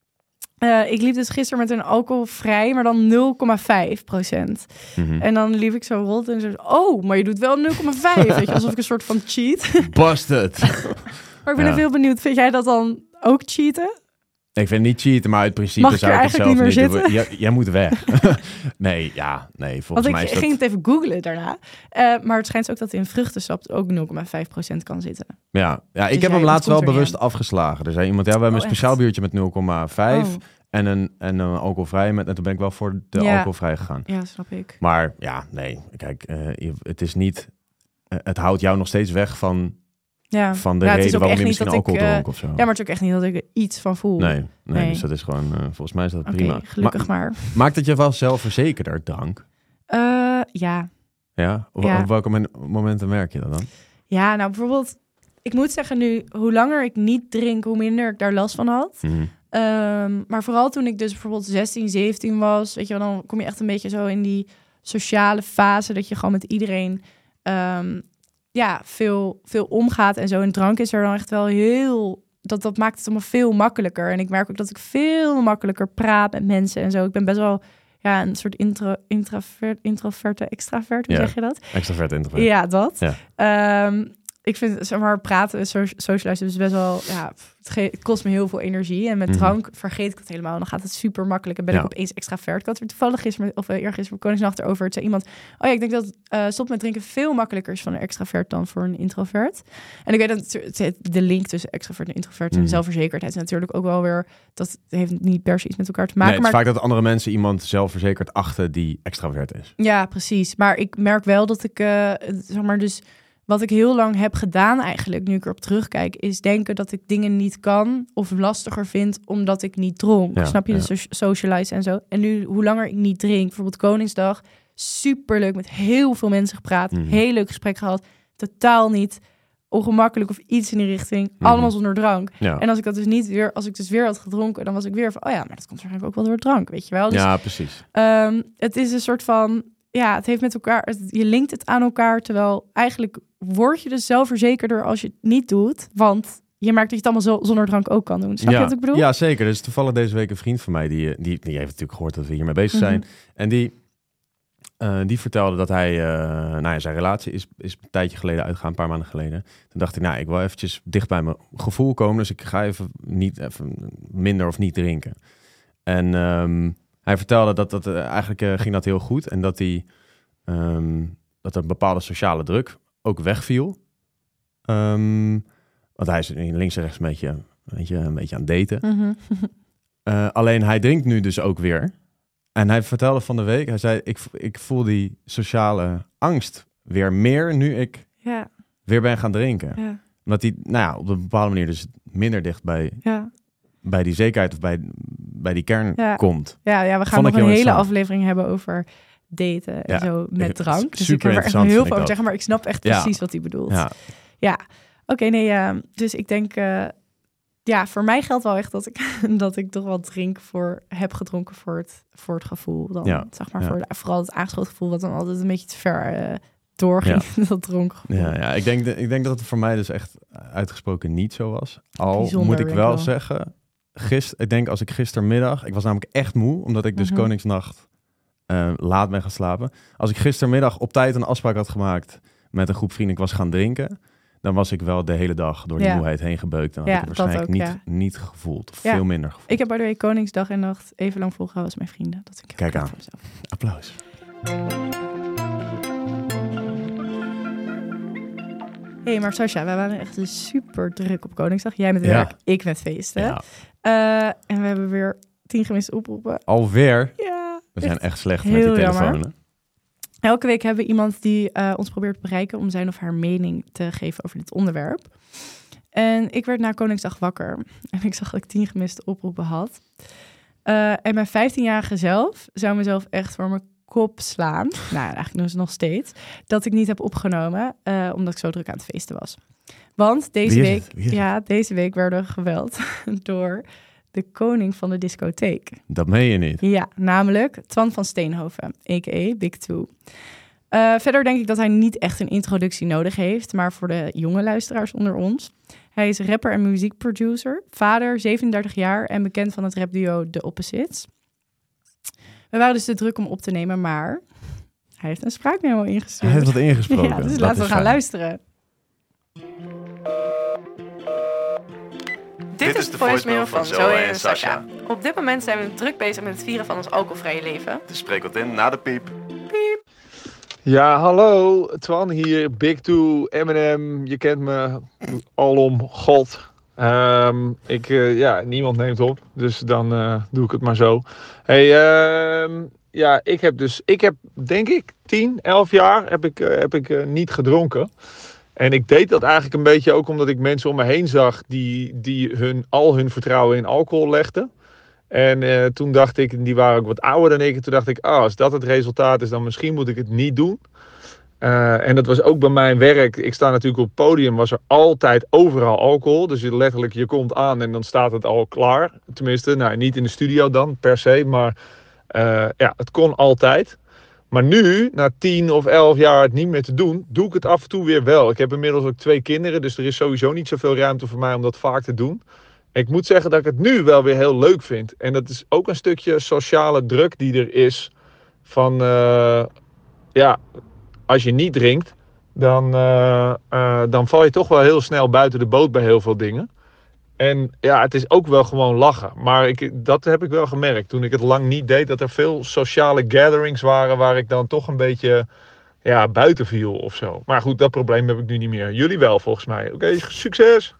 uh, ik liep dus gisteren met een alcoholvrij, maar dan nul komma vijf procent. Mhm. En dan liep ik zo rond en zo... Oh, maar je doet wel nul komma vijf. Weet je, alsof ik een soort van cheat. Busted! Maar ik ben Ja. even heel benieuwd. Vind jij dat dan ook cheaten? Ik vind het niet cheaten, maar uit principe Mag ik zou er ik het zelf eigenlijk niet niet meer doen. Jij, jij moet weg. nee, ja, nee, volgens Want ik mij is dat... ging het even googlen daarna. Uh, maar het schijnt ook dat in vruchtensap ook nul komma vijf procent kan zitten. Ja, ja ik Dus heb ja, hem dat laatst wel komt er niet bewust afgeslagen. Er zei iemand, ja, we hebben Oh, een speciaal echt? biertje met nul komma vijf Oh, en een, en een alcoholvrij. Met, en toen ben ik wel voor de Ja. alcoholvrij gegaan. ja, snap ik. Maar ja, nee, kijk, uh, je- het is niet... uh, het houdt jou nog steeds weg van, Ja, van de ja, het is reden ook waarom je echt niet misschien dat ik, alcohol uh, dronk of zo. Ja, maar het is ook echt niet dat ik er iets van voel. Nee, nee, Nee. dus dat is gewoon... Uh, volgens mij is dat Oké, prima. gelukkig Ma- maar. Maakt het je wel zelfverzekerder, drank? Uh, ja. Ja? Op, Ja. op welke men- momenten merk je dat dan? ja, nou bijvoorbeeld... Ik moet zeggen nu, hoe langer ik niet drink, hoe minder ik daar last van had. Mhm. Um, maar vooral toen ik dus bijvoorbeeld zestien, zeventien was, weet je wel, dan kom je echt een beetje zo in die sociale fase dat je gewoon met iedereen um, ja, veel, veel omgaat en zo. En drank is er dan echt wel heel... Dat, dat maakt het allemaal veel makkelijker. En ik merk ook dat ik veel makkelijker praat met mensen en zo. Ik ben best wel ja, een soort intro, introvert, introverte extravert, hoe Ja. zeg je dat? Extravert, introvert. Ja, dat. Ja. Um, ik vind, zeg maar, praten, so- socializen is best wel, ja, het, ge- het kost me heel veel energie. En met Mhm. drank vergeet ik het helemaal. Dan gaat het super makkelijk en ben Ja. ik opeens extravert. Ik had er toevallig gisteren, of uh, eergisteren voor Koningsnacht erover. Het zei iemand, oh ja, ik denk dat uh, stop met drinken veel makkelijker is voor een extravert dan voor een introvert. En ik weet dat het- het- de link tussen extravert en introvert en Mhm. zelfverzekerdheid is natuurlijk ook wel weer, dat heeft niet per se iets met elkaar te maken. Nee, het is maar vaak dat andere mensen iemand zelfverzekerd achten die extravert is. ja, precies. Maar ik merk wel dat ik, uh, zeg maar, dus wat ik heel lang heb gedaan eigenlijk, nu ik erop terugkijk, is denken dat ik dingen niet kan of lastiger vind omdat ik niet dronk. Ja, Snap je? ja. Dus so- socialize en zo. En nu, hoe langer ik niet drink, bijvoorbeeld Koningsdag, superleuk, met heel veel mensen gepraat, Mhm. heel leuk gesprek gehad, totaal niet ongemakkelijk of iets in die richting, Mhm. allemaal zonder drank. Ja, En als ik dat dus niet weer, als ik dus weer had gedronken, dan was ik weer van, oh ja, maar dat komt waarschijnlijk ook wel door drank, weet je wel? Dus ja precies. Um, het is een soort van, ja, het heeft met elkaar, het- je linkt het aan elkaar, terwijl eigenlijk word je dus zelfverzekerder als je het niet doet, want je merkt dat je het allemaal zo, zonder drank ook kan doen. Snap ja. je wat ik bedoel? Ja, zeker. Dus toevallig deze week een vriend van mij, die, die, die heeft natuurlijk gehoord dat we hiermee bezig zijn. Mhm. En die, Uh, die vertelde dat hij, uh, nou ja, zijn relatie is, is een tijdje geleden uitgegaan, een paar maanden geleden. Toen dacht ik, nou, ik wil eventjes dicht bij mijn gevoel komen, dus ik ga even niet even minder of niet drinken. En um, hij vertelde dat dat uh, eigenlijk uh, ging dat heel goed en dat hij um, dat er een bepaalde sociale druk ook wegviel. Um, want hij is links en rechts een beetje, een beetje, een beetje aan het daten. Mm-hmm. uh, alleen hij drinkt nu dus ook weer. En hij vertelde van de week, hij zei, ik, ik voel die sociale angst weer meer nu ik ja. weer ben gaan drinken. Ja. Omdat hij, nou ja, op een bepaalde manier dus minder dicht bij, ja. bij die zekerheid of bij, bij die kern ja. komt. Ja, ja, we gaan Vond nog een hele aflevering aflevering hebben over daten en ja. zo met ik, drank. Dus super ik heb er echt heel veel over zeggen, maar ik snap echt ja. precies wat hij bedoelt. Ja, ja. Oké, okay, nee, uh, dus ik denk... Uh, Ja, voor mij geldt wel echt dat ik, dat ik toch wel drink voor, heb gedronken voor het, voor het gevoel. Dan, ja. zeg maar, ja. voor de, vooral het aangeschoten gevoel, wat dan altijd een beetje te ver uh, doorging, ja. dat dronken gevoel. Ja, ja. Ik, denk de, ik denk dat het voor mij dus echt uitgesproken niet zo was. Al Bijzonder, moet ik wel, wel zeggen, gister, ik denk als ik gistermiddag, ik was namelijk echt moe, omdat ik dus mm-hmm. Koningsnacht uh, laat ben gaan slapen. Als ik gistermiddag op tijd een afspraak had gemaakt met een groep vrienden, ik was gaan drinken, dan was ik wel de hele dag door die ja. moeheid heen gebeukt. En had ja, ik het waarschijnlijk ook, niet, ja. niet gevoeld. Of ja. veel minder gevoeld. Ik heb bij de week Koningsdag en nacht even lang volgehouden als mijn vrienden. Dat ik Kijk aan. Applaus. Hé, hey, maar Sascha, wij waren echt super druk op Koningsdag. Jij met werk, ja. ik met feesten. Ja. Uh, en we hebben weer tien gemiste oproepen. Alweer? Ja. We zijn echt slecht heel met die telefoon. Jammer. Elke week hebben we iemand die uh, ons probeert te bereiken om zijn of haar mening te geven over dit onderwerp. En ik werd na Koningsdag wakker en ik zag dat ik tien gemiste oproepen had. Uh, en mijn vijftienjarige zelf zou mezelf echt voor mijn kop slaan. Nou, eigenlijk doen ze nog steeds. Dat ik niet heb opgenomen, uh, omdat ik zo druk aan het feesten was. Want deze week, ja, deze week werden we geweld door de koning van de discotheek. Dat meen je niet? Ja, namelijk Twan van Steenhoven, a k a. Big Two. Uh, verder denk ik dat hij niet echt een introductie nodig heeft, maar voor de jonge luisteraars onder ons. Hij is rapper en muziekproducer, vader, zevenendertig jaar en bekend van het rapduo The Opposites. We waren dus te druk om op te nemen, maar hij heeft een spraakmemo ingestuurd. Hij heeft wat ingesproken. Ja, dus dat laten we gaan fijn. luisteren. Dit is de voicemail van Zoe en Sascha. Op dit moment zijn we druk bezig met het vieren van ons alcoholvrije leven. Dus spreek wat in na de piep. Piep. Ja, hallo. Twan hier, Big Two, Eminem. Je kent me alom, God. Um, ik, uh, ja, niemand neemt op, dus dan uh, doe ik het maar zo. Hey, uh, ja, ik heb dus, ik heb denk ik tien, elf jaar heb ik, uh, heb ik uh, niet gedronken. En ik deed dat eigenlijk een beetje ook omdat ik mensen om me heen zag die, die hun, al hun vertrouwen in alcohol legden. En uh, toen dacht ik, die waren ook wat ouder dan ik. En toen dacht ik, ah, als dat het resultaat is, dan misschien moet ik het niet doen. Uh, en dat was ook bij mijn werk. Ik sta natuurlijk op het podium, was er altijd overal alcohol. Dus je, letterlijk, je komt aan en dan staat het al klaar. Tenminste, nou, niet in de studio dan per se, maar uh, ja, het kon altijd. Maar nu, na tien of elf jaar het niet meer te doen, doe ik het af en toe weer wel. Ik heb inmiddels ook twee kinderen, dus er is sowieso niet zoveel ruimte voor mij om dat vaak te doen. Ik moet zeggen dat ik het nu wel weer heel leuk vind. En dat is ook een stukje sociale druk die er is. Van, uh, ja, als je niet drinkt, dan, uh, uh, dan val je toch wel heel snel buiten de boot bij heel veel dingen. En ja, het is ook wel gewoon lachen. Maar ik, dat heb ik wel gemerkt. Toen ik het lang niet deed, dat er veel sociale gatherings waren waar ik dan toch een beetje ja, buiten viel of zo. Maar goed, dat probleem heb ik nu niet meer. Jullie wel, volgens mij. Oké, okay, succes!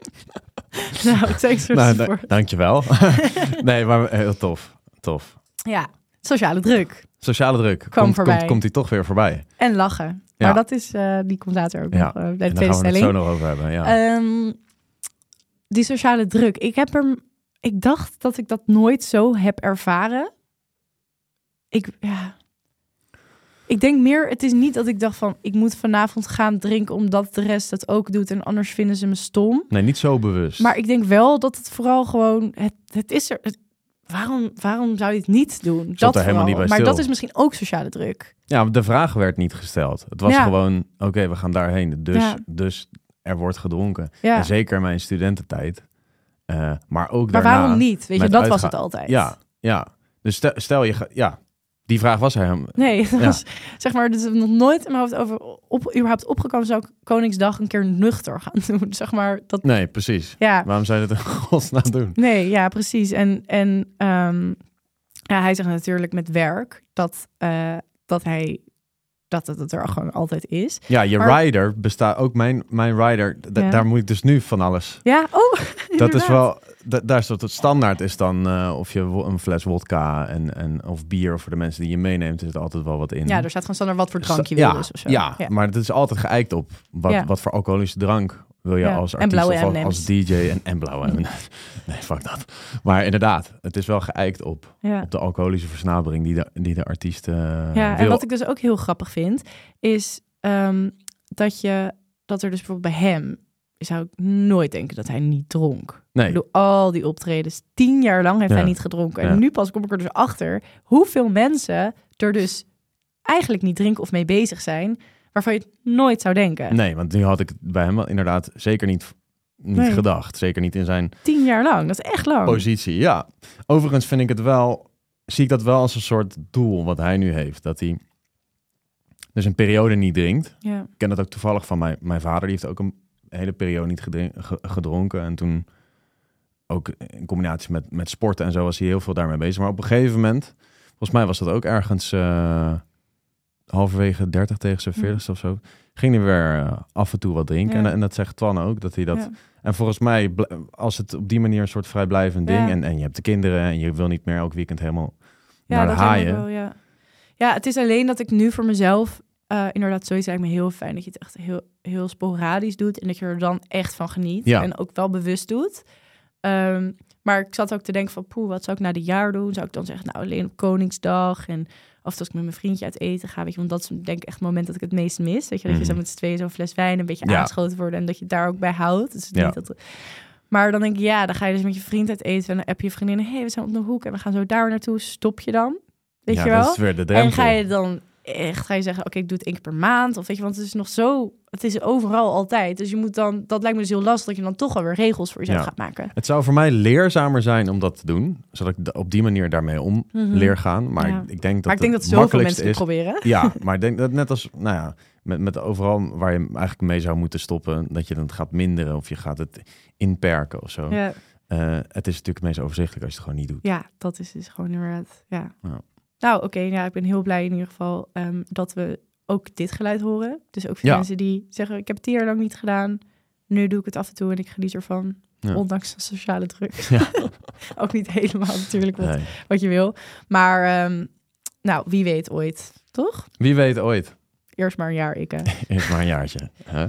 Nou, thanks voor nou, de da- Dankjewel. Nee, maar heel tof. Tof. Ja, sociale druk. Sociale druk. Kwam komt, voorbij. Komt, komt die toch weer voorbij. En lachen. Ja. Maar dat is, uh, die komt later ook ja. nog uh, bij de en tweede daar gaan we stelling. het zo nog over hebben. Ja. Um, die sociale druk. Ik heb er... Ik dacht dat ik dat nooit zo heb ervaren. Ik, ja... Ik denk meer, het is niet dat ik dacht van, ik moet vanavond gaan drinken omdat de rest het ook doet en anders vinden ze me stom. Nee, niet zo bewust. Maar ik denk wel dat het vooral gewoon, het, het is er. Het, waarom, waarom zou je het niet doen? Zat Dat er helemaal niet bij maar stil. dat is misschien ook sociale druk. Ja, de vraag werd niet gesteld. Het was ja. gewoon, oké, okay, we gaan daarheen. Dus, ja. dus er wordt gedronken. Ja. En zeker in mijn studententijd. Uh, maar ook maar daarna. waarom niet? Weet je, dat uitga- was het altijd. Ja, ja. Dus stel, stel je gaat, ja. Die vraag was hij hem. Nee, dat Ja. was, zeg maar, dus nog nooit in mijn hoofd over op, überhaupt opgekomen. Zou ik Koningsdag een keer nuchter gaan doen? Zeg maar, dat... Nee, precies. Ja, Waarom zou je dat in godsnaam doen? nee, ja, precies. En, en um, ja, hij zegt natuurlijk met werk dat, uh, dat hij... dat het, het er gewoon altijd is. Ja, je Maar- rider bestaat ook. Mijn, mijn rider, d- Ja. daar moet ik dus nu van alles. Ja, oh, Dat is inderdaad. wel, d- daar is dat het standaard is dan uh, of je wo- een fles wodka en, en of bier, of voor de mensen die je meeneemt, is er altijd wel wat in. Ja, er staat gewoon standaard wat voor drank je ja, wil. Dus of zo. ja, maar het is altijd geëikt op wat, Ja. wat voor alcoholische drank wil je Ja. als En artiest blauwe of M en M's. als D J en, en blauwe M en M's. Nee, fuck dat. Maar inderdaad, het is wel geëikt op, Ja. op de alcoholische versnapering die de, die de artiest uh, Ja, wil. en wat ik dus ook heel grappig vind, is um, dat je dat er dus bijvoorbeeld bij hem zou ik nooit denken dat hij niet dronk. Nee. Ik bedoel, al die optredens, tien jaar lang heeft Ja. hij niet gedronken. Ja. En nu pas kom ik er dus achter hoeveel mensen er dus eigenlijk niet drinken of mee bezig zijn, waarvan je het nooit zou denken. Nee, want nu had ik het bij hem wel inderdaad zeker niet, niet Nee. gedacht. Zeker niet in zijn Tien jaar lang, dat is echt lang. positie. Ja, overigens vind ik het wel, zie ik dat wel als een soort doel wat hij nu heeft. Dat hij dus een periode niet drinkt. Ja. Ik ken dat ook toevallig van mijn, mijn vader. Die heeft ook een hele periode niet gedrin- ge- gedronken. En toen ook in combinatie met, met sporten en zo was hij heel veel daarmee bezig. Maar op een gegeven moment, volgens mij was dat ook ergens uh, halverwege dertig tegen zijn veertigste of zo, ging hij weer uh, af en toe wat drinken. Ja. En, en dat zegt Twan ook, dat hij dat... Ja. En volgens mij, bl- als het op die manier een soort vrijblijvend ding... Ja. En, en je hebt de kinderen en je wil niet meer elk weekend helemaal Ja, naar de dat denk ik haaien. wel, ja. Ja, het is alleen dat ik nu voor mezelf uh, inderdaad zoiets lijkt me heel fijn dat je het echt heel, heel sporadisch doet en dat je er dan echt van geniet Ja. en ook wel bewust doet. Um, maar ik zat ook te denken van, poeh, wat zou ik na de jaar doen? Zou ik dan zeggen, nou, alleen op Koningsdag en of als ik met mijn vriendje uit eten ga, weet je, want dat is denk ik echt het moment dat ik het meest mis. Weet je, dat je Mhm. zo met z'n tweeën zo'n fles wijn een beetje Ja. aangeschoten wordt en dat je het daar ook bij houdt. Dus Ja. niet dat... Maar dan denk ik, ja, dan ga je dus met je vriend uit eten en dan heb je vriendinnen, hé, hey, we zijn op de hoek en we gaan zo daar naartoe. Stop je dan? Weet ja, je wel? dat is weer de drempel. En ga je dan echt ga je zeggen, oké, okay, ik doe het één keer per maand, of weet je, want het is nog zo, het is overal altijd. Dus je moet dan, dat lijkt me dus heel lastig dat je dan toch alweer regels voor jezelf Ja. gaat maken. Het zou voor mij leerzamer zijn om dat te doen, zodat ik op die manier daarmee om Mhm. leer gaan. Maar Ja. ik denk dat Maar ik denk dat het zoveel makkelijkste mensen het is. proberen. Ja, maar ik denk dat net als, nou ja, met, met overal waar je eigenlijk mee zou moeten stoppen, dat je het gaat minderen of je gaat het inperken of zo. Ja, Uh, het is natuurlijk het meest overzichtelijk als je het gewoon niet doet. ja, dat is dus gewoon inderdaad, ja. Ja. Nou, oké, okay, ja, ik ben heel blij in ieder geval um, dat we ook dit geluid horen. Dus ook voor Ja. mensen die zeggen, ik heb het tien jaar lang niet gedaan, nu doe ik het af en toe en ik geniet ervan. Ja. Ondanks de sociale druk. Ja. Ook niet helemaal natuurlijk wat, Nee. wat je wil. Maar um, nou, wie weet ooit, toch? Wie weet ooit. Eerst maar een jaar, ik. Hè? Eerst maar een jaartje. Hè?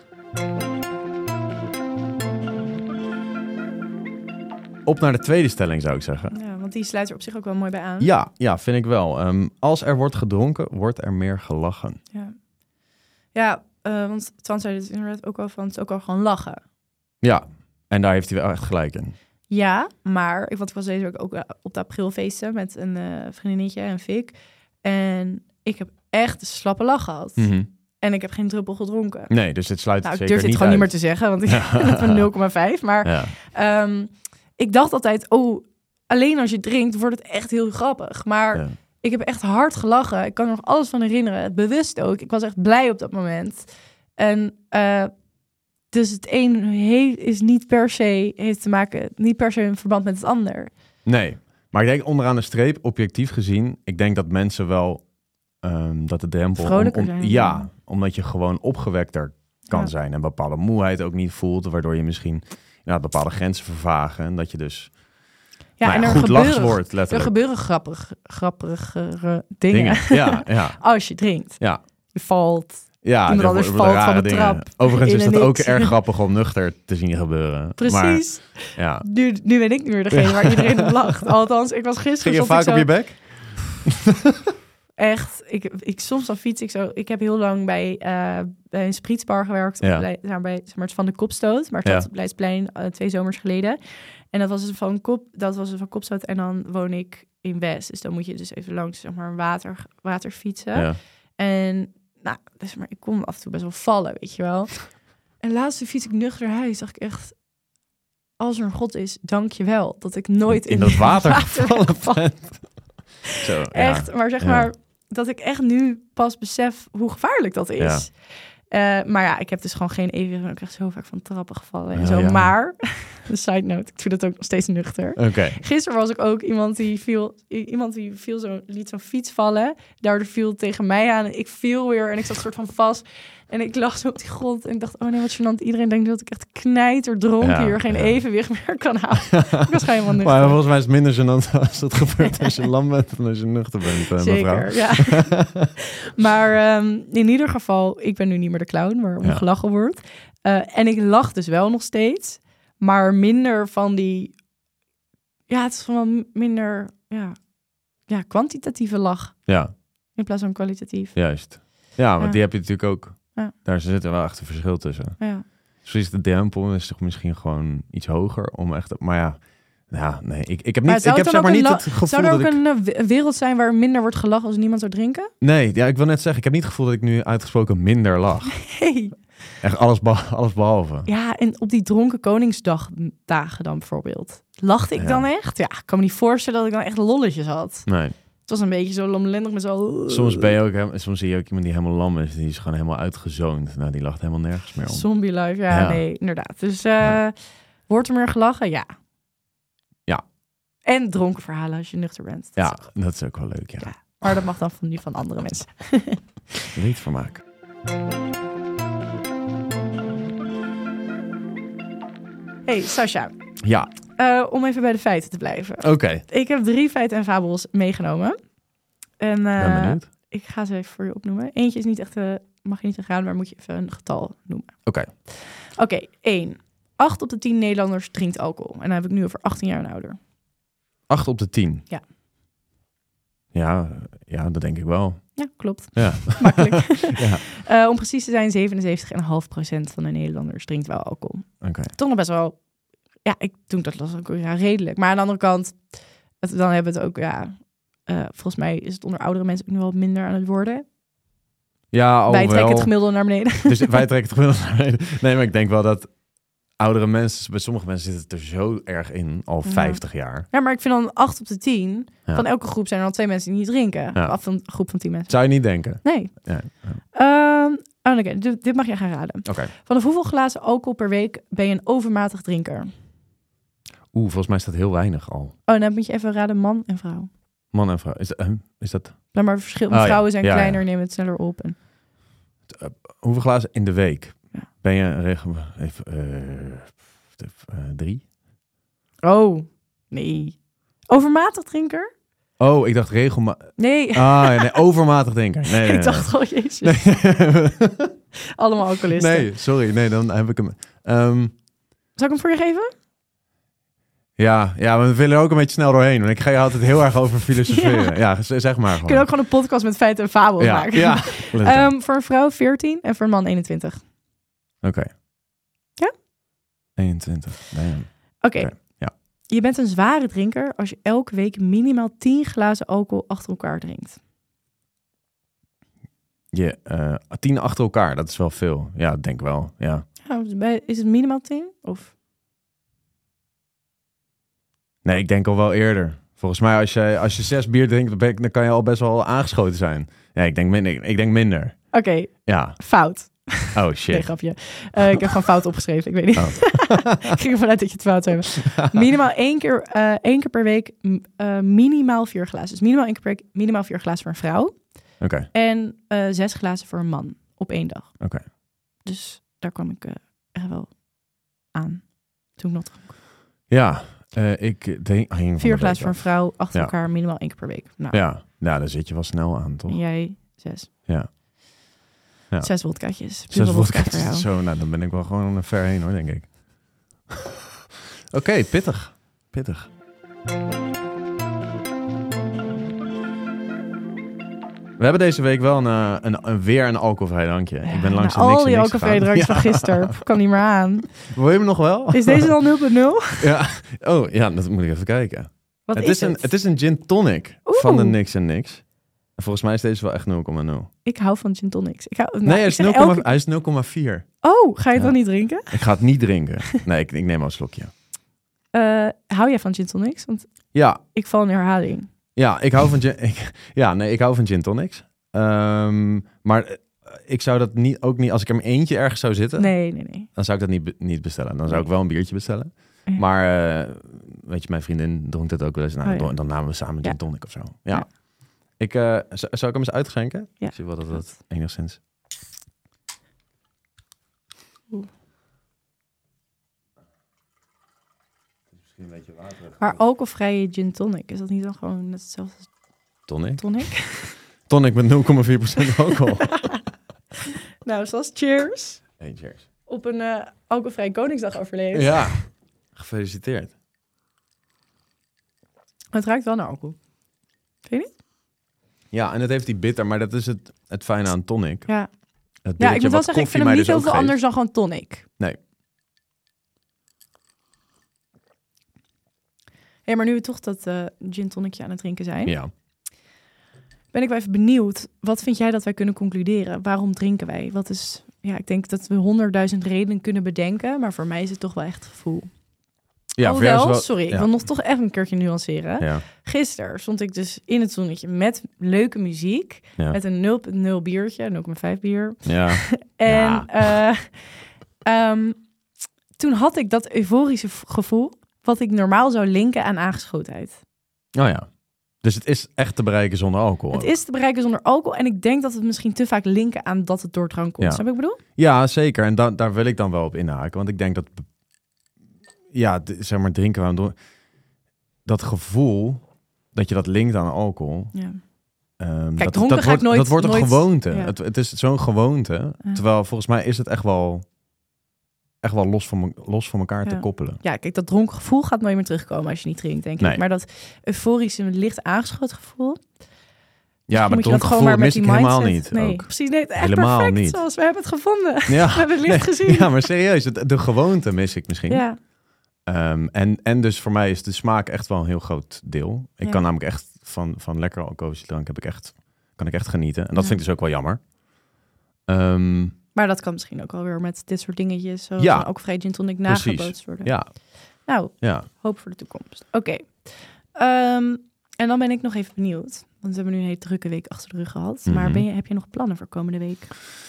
Op naar de tweede stelling, zou ik zeggen. Ja, want die sluit er op zich ook wel mooi bij aan. Ja, ja, vind ik wel. Um, als er wordt gedronken, wordt er meer gelachen. Ja, ja uh, want Twan zei het inderdaad ook al van, het is ook al gewoon lachen. Ja, en daar heeft hij wel echt gelijk in. Ja, maar ik, want ik was deze week ook op de aprilfeesten met een uh, vriendinnetje en Fik. En ik heb echt een slappe lach gehad. Mm-hmm. En ik heb geen druppel gedronken. Nee, dus het sluit nou, ik zeker durf dit niet gewoon uit. niet meer te zeggen, want ik heb een nul komma vijf. Maar Ja. um, ik dacht altijd, oh, alleen als je drinkt wordt het echt heel grappig. Maar Ja. ik heb echt hard gelachen. Ik kan er nog alles van herinneren. Bewust ook. Ik was echt blij op dat moment. En uh, dus het een he- is niet per se heeft te maken, niet per se in verband met het ander. Nee, maar ik denk onderaan de streep, objectief gezien, ik denk dat mensen wel um, dat de drempel... Vrolijker om, om, zijn. Ja, omdat je gewoon opgewekter kan Ja. zijn en bepaalde moeheid ook niet voelt, waardoor je misschien ja, bepaalde grenzen vervagen en dat je dus Ja, nou ja, en er goed lachs gebeuren, wordt, er letterlijk. gebeuren grappig, grappigere dingen, Dingen. Ja, ja, als je drinkt. ja. Je valt. Ja, Iemand er anders worden valt rare van de dingen. trap Overigens in is een dat ook niks. erg grappig om nuchter te zien gebeuren. Precies. Maar, ja. Nu, nu ben ik nu weer degene waar iedereen op lacht. Althans, ik was Ging gisteren... je zat ik vaak zo, op je bek? Echt, ik, ik, soms dan fiets ik zo... Ik heb heel lang bij, uh, bij een sprietsbar gewerkt. Ja. Bij, zeg bij, zeg maar, het van de Kopstoot. Maar het Ja. was op Leidsplein uh, twee zomers geleden. En dat was het van, kop, dat was het van Kopstoot. En dan woon ik in West. Dus dan moet je dus even langs zeg maar, een water, water fietsen. Ja. En nou, dus maar ik kon af en toe best wel vallen, weet je wel. En laatst fiets ik nuchter naar huis. Dacht ik echt... Als er een God is, dank je wel. Dat ik nooit In dat water gevallen bent. Zo, echt, ja. maar zeg Ja. maar dat ik echt nu pas besef hoe gevaarlijk dat is. Ja. Uh, maar ja, ik heb dus gewoon geen evenwicht. Ik ben echt zo vaak van trappen gevallen en Ja, zo. ja. Maar, een side note, ik doe dat ook nog steeds nuchter. Oké. Okay. Gisteren was ik ook iemand die viel, iemand die viel zo, liet zo'n fiets vallen. Daardoor viel het tegen mij aan en ik viel weer en ik zat soort van vast. En ik lag zo op die grond en ik dacht, oh nee, wat gênant. Iedereen denkt dat ik echt knijterdronken ja, hier geen ja. evenwicht meer kan houden. Ik was gewoon helemaal nuchter. Maar volgens mij is het minder gênant als dat gebeurt als je lam bent dan als je nuchter bent, uh, Zeker, mevrouw. ja. Maar um, in ieder geval, ik ben nu niet meer de clown waarom ja. gelachen wordt. Uh, en ik lach dus wel nog steeds, maar minder van die... Ja, het is gewoon minder ja, ja, kwantitatieve lach. Ja. In plaats van kwalitatief. Juist. Ja, want ja. die heb je natuurlijk ook. Ja. Daar zit er wel echt een verschil tussen. Ja. Zo is de drempel is toch misschien gewoon iets hoger om echt... Maar ja, ja nee, ik, ik heb niet, ik heb zeg maar niet la- het gevoel Zou er dat ook ik... een wereld zijn waar minder wordt gelachen als niemand zou drinken? Nee, ja, ik wil net zeggen, ik heb niet het gevoel dat ik nu uitgesproken minder lach. Nee. Echt alles, beha- alles behalve. Ja, en op die dronken Koningsdagdagen dan bijvoorbeeld. Lachte ik ja. dan echt? Ja, ik kan me niet voorstellen dat ik dan echt lolletjes had. Nee. Het was een beetje zo lomlendig met zo... Soms ben je ook, soms zie je ook iemand die helemaal lam is. Die is gewoon helemaal uitgezoond. Nou, die lacht helemaal nergens meer om. Zombie life, ja, ja. nee, inderdaad. Dus uh, ja. wordt er meer gelachen? Ja. Ja. En dronken verhalen als je nuchter bent. Dat ja, is ook... dat is ook wel leuk, ja. ja. Maar dat mag dan van, niet van andere mensen. Niet van maken. Hey, Sascha. Ja. Uh, om even bij de feiten te blijven. Oké. Okay. Ik heb drie feiten en fabels meegenomen. En uh, ben benieuwd. Ik ga ze even voor je opnoemen. Eentje is niet echt, uh, mag je niet raden, maar moet je even een getal noemen. Oké. Okay. Oké, okay, één. Acht op de tien Nederlanders drinkt alcohol. En dan heb ik nu over achttien jaar en ouder. Acht op de tien? Ja. Ja, ja, dat denk ik wel. Ja, klopt. Ja. Makkelijk. ja. Uh, om precies te zijn, zevenenzeventig komma vijf procent van de Nederlanders drinkt wel alcohol. Oké. Okay. Toch nog best wel... Ja, ik toen dat las ook ja, redelijk. Maar aan de andere kant, het, dan hebben we het ook, ja... Uh, volgens mij is het onder oudere mensen ook nu wel minder aan het worden. Ja, oh, wij trekken wel. het gemiddelde naar beneden. Dus wij trekken het gemiddelde naar beneden. Nee, maar ik denk wel dat oudere mensen... Bij sommige mensen zit het er zo erg in, al ja. vijftig jaar. Ja, maar ik vind dan acht op de tien... Ja. Van elke groep zijn er al twee mensen die niet drinken. Ja. Af van een groep van tien mensen. Zou je niet denken? Nee. Ja. Ja. Um, oh, okay. dit, dit mag je gaan raden. Okay. Vanaf hoeveel glazen alcohol per week ben je een overmatig drinker? Oeh, volgens mij is dat heel weinig al. Oh, dan moet je even raden man en vrouw. Man en vrouw. Is dat... Uh, is dat... Nou, maar verschil. Oh, vrouwen ja. zijn ja, kleiner, ja. nemen het sneller op. En... Uh, hoeveel glazen in de week? Ja. Ben je regen... Even, uh, uh, drie? Oh, nee. Overmatig drinker? Oh, ik dacht regelmatig... Nee. Ah, nee, overmatig drinker. Nee, nee, nee, ik dacht al, jezus. Nee. Allemaal alcoholisten. Nee, sorry. Nee, dan heb ik hem... Um... Zal ik hem voor je geven? Ja, ja, maar we willen er ook een beetje snel doorheen. Want ik ga je altijd heel erg over filosoferen. Ja, ja zeg maar gewoon. We kunnen ook gewoon een podcast met feiten en fabels ja, maken. Ja. um, voor een vrouw veertien en voor een man eenentwintig. Oké. Okay. Ja? eenentwintig. Nee. Oké. Okay. Okay. Ja. Je bent een zware drinker als je elke week minimaal tien glazen alcohol achter elkaar drinkt. Je, uh, tien achter elkaar, dat is wel veel. Ja, denk ik wel. Ja. Ja, is het minimaal tien? Of... Nee, ik denk al wel eerder. Volgens mij, als je, als je zes bier drinkt, dan kan je al best wel aangeschoten zijn. Ja, ik denk minder. Ik denk minder. Oké. Okay. Ja. Fout. Oh, shit. Nee, grapje. Uh, ik heb gewoon fout opgeschreven. Ik weet niet. Oh. Ik ging ervan uit dat je het fout zou hebben. Minimaal één keer, uh, één keer per week uh, minimaal vier glazen. Dus minimaal één keer per week minimaal vier glazen voor een vrouw. Oké. Okay. En uh, zes glazen voor een man op één dag. Oké. Okay. Dus daar kwam ik uh, echt wel aan toen ik nog dronk. Ja. Uh, ik denk... Vier glazen voor een vrouw, achter ja. elkaar, minimaal één keer per week. Nou. Ja, nou, daar zit je wel snel aan, toch? En jij zes. Ja. ja. Zes wodkaatjes. Zes wodkaatjes. Zo, nou, dan ben ik wel gewoon ver heen, hoor, denk ik. Oké, okay, pittig. Pittig. We hebben deze week wel een, een, een weer een alcoholvrij drankje. Ja, ik ben langs nou, de niks al die alcoholvrij drankjes ja. van gisteren. Kan niet meer aan. Wil je hem nog wel? Is deze al nul punt nul? Ja. Oh, ja, dat moet ik even kijken. Wat het is, is het? Een, het is een gin tonic Oeh. van de Niks en Niks. En volgens mij is deze wel echt nul komma nul. Ik hou van gin tonics. Ik hou, nou, nee, hij is, nul, elke... hij is nul komma vier. Oh, ga je het ja. dan niet drinken? Ik ga het niet drinken. Nee, ik, ik neem al een slokje. Uh, hou jij van gin tonics? Want ja. ik val in herhaling. Ja, ik hou van gin, ik, ja, nee, ik hou van gin tonics. Um, maar ik zou dat niet, ook niet, als ik er eentje ergens zou zitten, nee, nee, nee. dan zou ik dat niet, niet bestellen. Dan zou nee. ik wel een biertje bestellen. Ja. Maar uh, weet je, mijn vriendin dronk dat ook wel eens. Nou, oh, ja. Dan namen we samen gin tonic ja. of zo. Ja. ja. Ik, uh, zou ik hem eens uitschenken? Ja. Ik zie wel dat dat enigszins... Oeh. Misschien een beetje water. Maar alcoholvrije gin tonic, is dat niet dan gewoon net hetzelfde als tonic? Tonic, tonic met nul komma vier procent alcohol. Nou, zoals cheers. Hey, cheers. Op een uh, alcoholvrij Koningsdag overleefd. Ja, gefeliciteerd. Het ruikt wel naar alcohol. Vind je niet? Ja, en het heeft die bitter, maar dat is het, het fijne aan tonic. Ja, het ja ik moet wel zeggen, ik vind hem niet dus heel veel anders dan gewoon tonic. Nee. Hey, maar nu we toch dat uh, gin tonicje aan het drinken zijn... Ja. Ben ik wel even benieuwd. Wat vind jij dat wij kunnen concluderen? Waarom drinken wij? Wat is... Ja, ik denk dat we honderdduizend redenen kunnen bedenken... maar voor mij is het toch wel echt het gevoel. Ja, oh, wel, wel, sorry, ja. Ik wil nog toch even een keertje nuanceren. Ja. Gisteren stond ik dus in het zonnetje met leuke muziek... Ja. met een nul komma nul biertje, nul komma vijf bier. Ja. en ja. Uh, um, toen had ik dat euforische gevoel... wat ik normaal zou linken aan aangeschotenheid. Oh ja. Dus het is echt te bereiken zonder alcohol? Het is te bereiken zonder alcohol. En ik denk dat we misschien te vaak linken aan dat het door drank komt. Ja. Snap je wat ik bedoel? Ja, zeker. En da- daar wil ik dan wel op inhaken. Want ik denk dat... Ja, d- zeg maar drinken we door... Dat gevoel dat je dat linkt aan alcohol... Ja. Um, Kijk, dat, dat, wordt, nooit, dat wordt een nooit, gewoonte. Ja. Het, het is zo'n gewoonte. Ja. Terwijl volgens mij is het echt wel... echt wel los van, me, los van elkaar ja. te koppelen. Ja, kijk, dat dronken gevoel gaat nooit meer terugkomen als je niet drinkt, denk ik. Nee. Maar dat euforische, licht aangeschoten gevoel... Ja, maar dronken gevoel maar mis ik mindset. helemaal niet. Nee, ook. precies. Nee, echt helemaal perfect niet. Zoals we hebben het gevonden. Ja. We hebben het licht nee, gezien. Ja, maar serieus, de, de gewoonte mis ik misschien. Ja. Um, en, en dus voor mij is de smaak echt wel een heel groot deel. Ik ja. kan namelijk echt van, van lekkere alcoholische drank heb ik echt, kan ik echt genieten. En dat ja. vind ik dus ook wel jammer. Um, Maar dat kan misschien ook wel weer met dit soort dingetjes. Zo ja, ook vrij gin tonic nagebootst worden. Ja. Nou, ja. hoop voor de toekomst. Oké. Okay. Um, en dan ben ik nog even benieuwd. Want we hebben nu een hele drukke week achter de rug gehad. Mm-hmm. Maar ben je, heb je nog plannen voor komende week?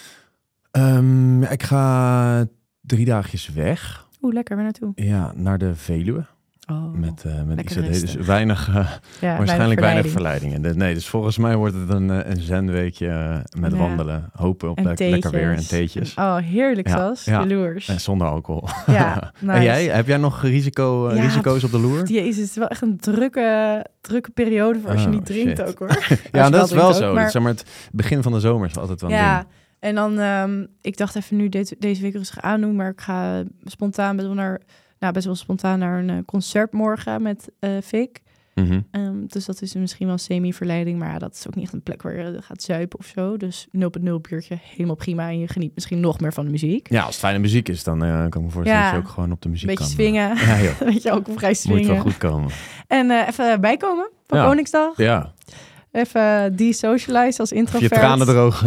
Um, ik ga drie dagjes weg. Oeh, lekker. Waar naartoe? Ja, naar de Veluwe. Oh, met uh, met I C D. Dus weinig, uh, ja, waarschijnlijk weinig verleidingen. Dus, nee, dus volgens mij wordt het een, een zenweekje uh, met ja. wandelen. Hopen op le- lekker weer en theetjes. Oh, heerlijk ja, Sas. Ja. Jaloers. En zonder alcohol. Ja, nice. En jij? Heb jij nog risico, uh, ja, risico's op de loer? Jezus, het is wel echt een drukke, drukke periode voor als oh, je niet drinkt shit. Ook hoor. Ja, dat is wel ook, zo. Maar... Dus, zeg maar, het begin van de zomer is altijd wel een ja. ding. En dan, um, ik dacht even nu deze, deze week rustig aandoen, maar ik ga spontaan best wel naar... Nou, best wel spontaan naar een uh, concert morgen met uh, Vic. Mm-hmm. Um, dus dat is misschien wel semi-verleiding. Maar ja, dat is ook niet echt een plek waar je gaat zuipen of zo. Dus nul komma nul biertje, helemaal prima. En je geniet misschien nog meer van de muziek. Ja, als het fijne muziek is, dan uh, kan ik me voorstellen ja, dat je ook gewoon op de muziek beetje kan. Swingen. Ja, joh. Weet je, ook vrij swingen. Moet wel goed komen. En uh, even bijkomen van ja. Koningsdag. Ja. Even desocialize als introvert. Je tranen drogen.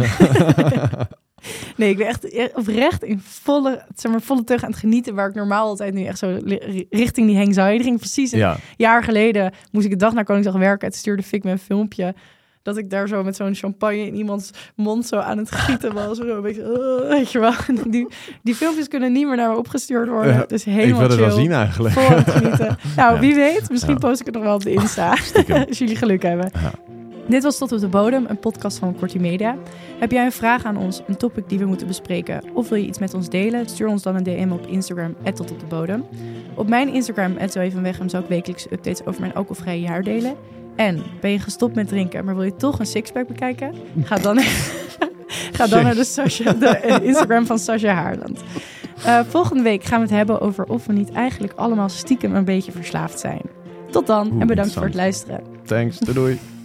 Nee, ik ben echt oprecht in volle, zeg maar, volle teug aan het genieten... waar ik normaal altijd nu echt zo richting die anxiety ging. Precies een ja. jaar geleden moest ik een dag naar Koningsdag werken... en stuurde Fik me een filmpje... dat ik daar zo met zo'n champagne in iemands mond zo aan het gieten was. Zo een beetje, uh, weet je wel. Die, die filmpjes kunnen niet meer naar me opgestuurd worden. Uh, dus helemaal ik wil het chill, wel zien eigenlijk. Vol aan het genieten. Nou, ja. Wie weet. Misschien ja. post ik het nog wel op de Insta. Als jullie geluk hebben. Ja. Dit was Tot op de Bodem, een podcast van Kortie Media. Heb jij een vraag aan ons, een topic die we moeten bespreken... of wil je iets met ons delen? Stuur ons dan een D M op Instagram, at tot op de bodem. Op mijn Instagram, at zoevenweghem, zal ik wekelijks updates over mijn alcoholvrije jaar delen. En ben je gestopt met drinken, maar wil je toch een sixpack bekijken? Ga dan, ga dan naar de, Sasha, de Instagram van Sasha Haarland. Uh, volgende week gaan we het hebben over of we niet eigenlijk allemaal stiekem een beetje verslaafd zijn. Tot dan Oeh, en bedankt voor het luisteren. Thanks, doei doei.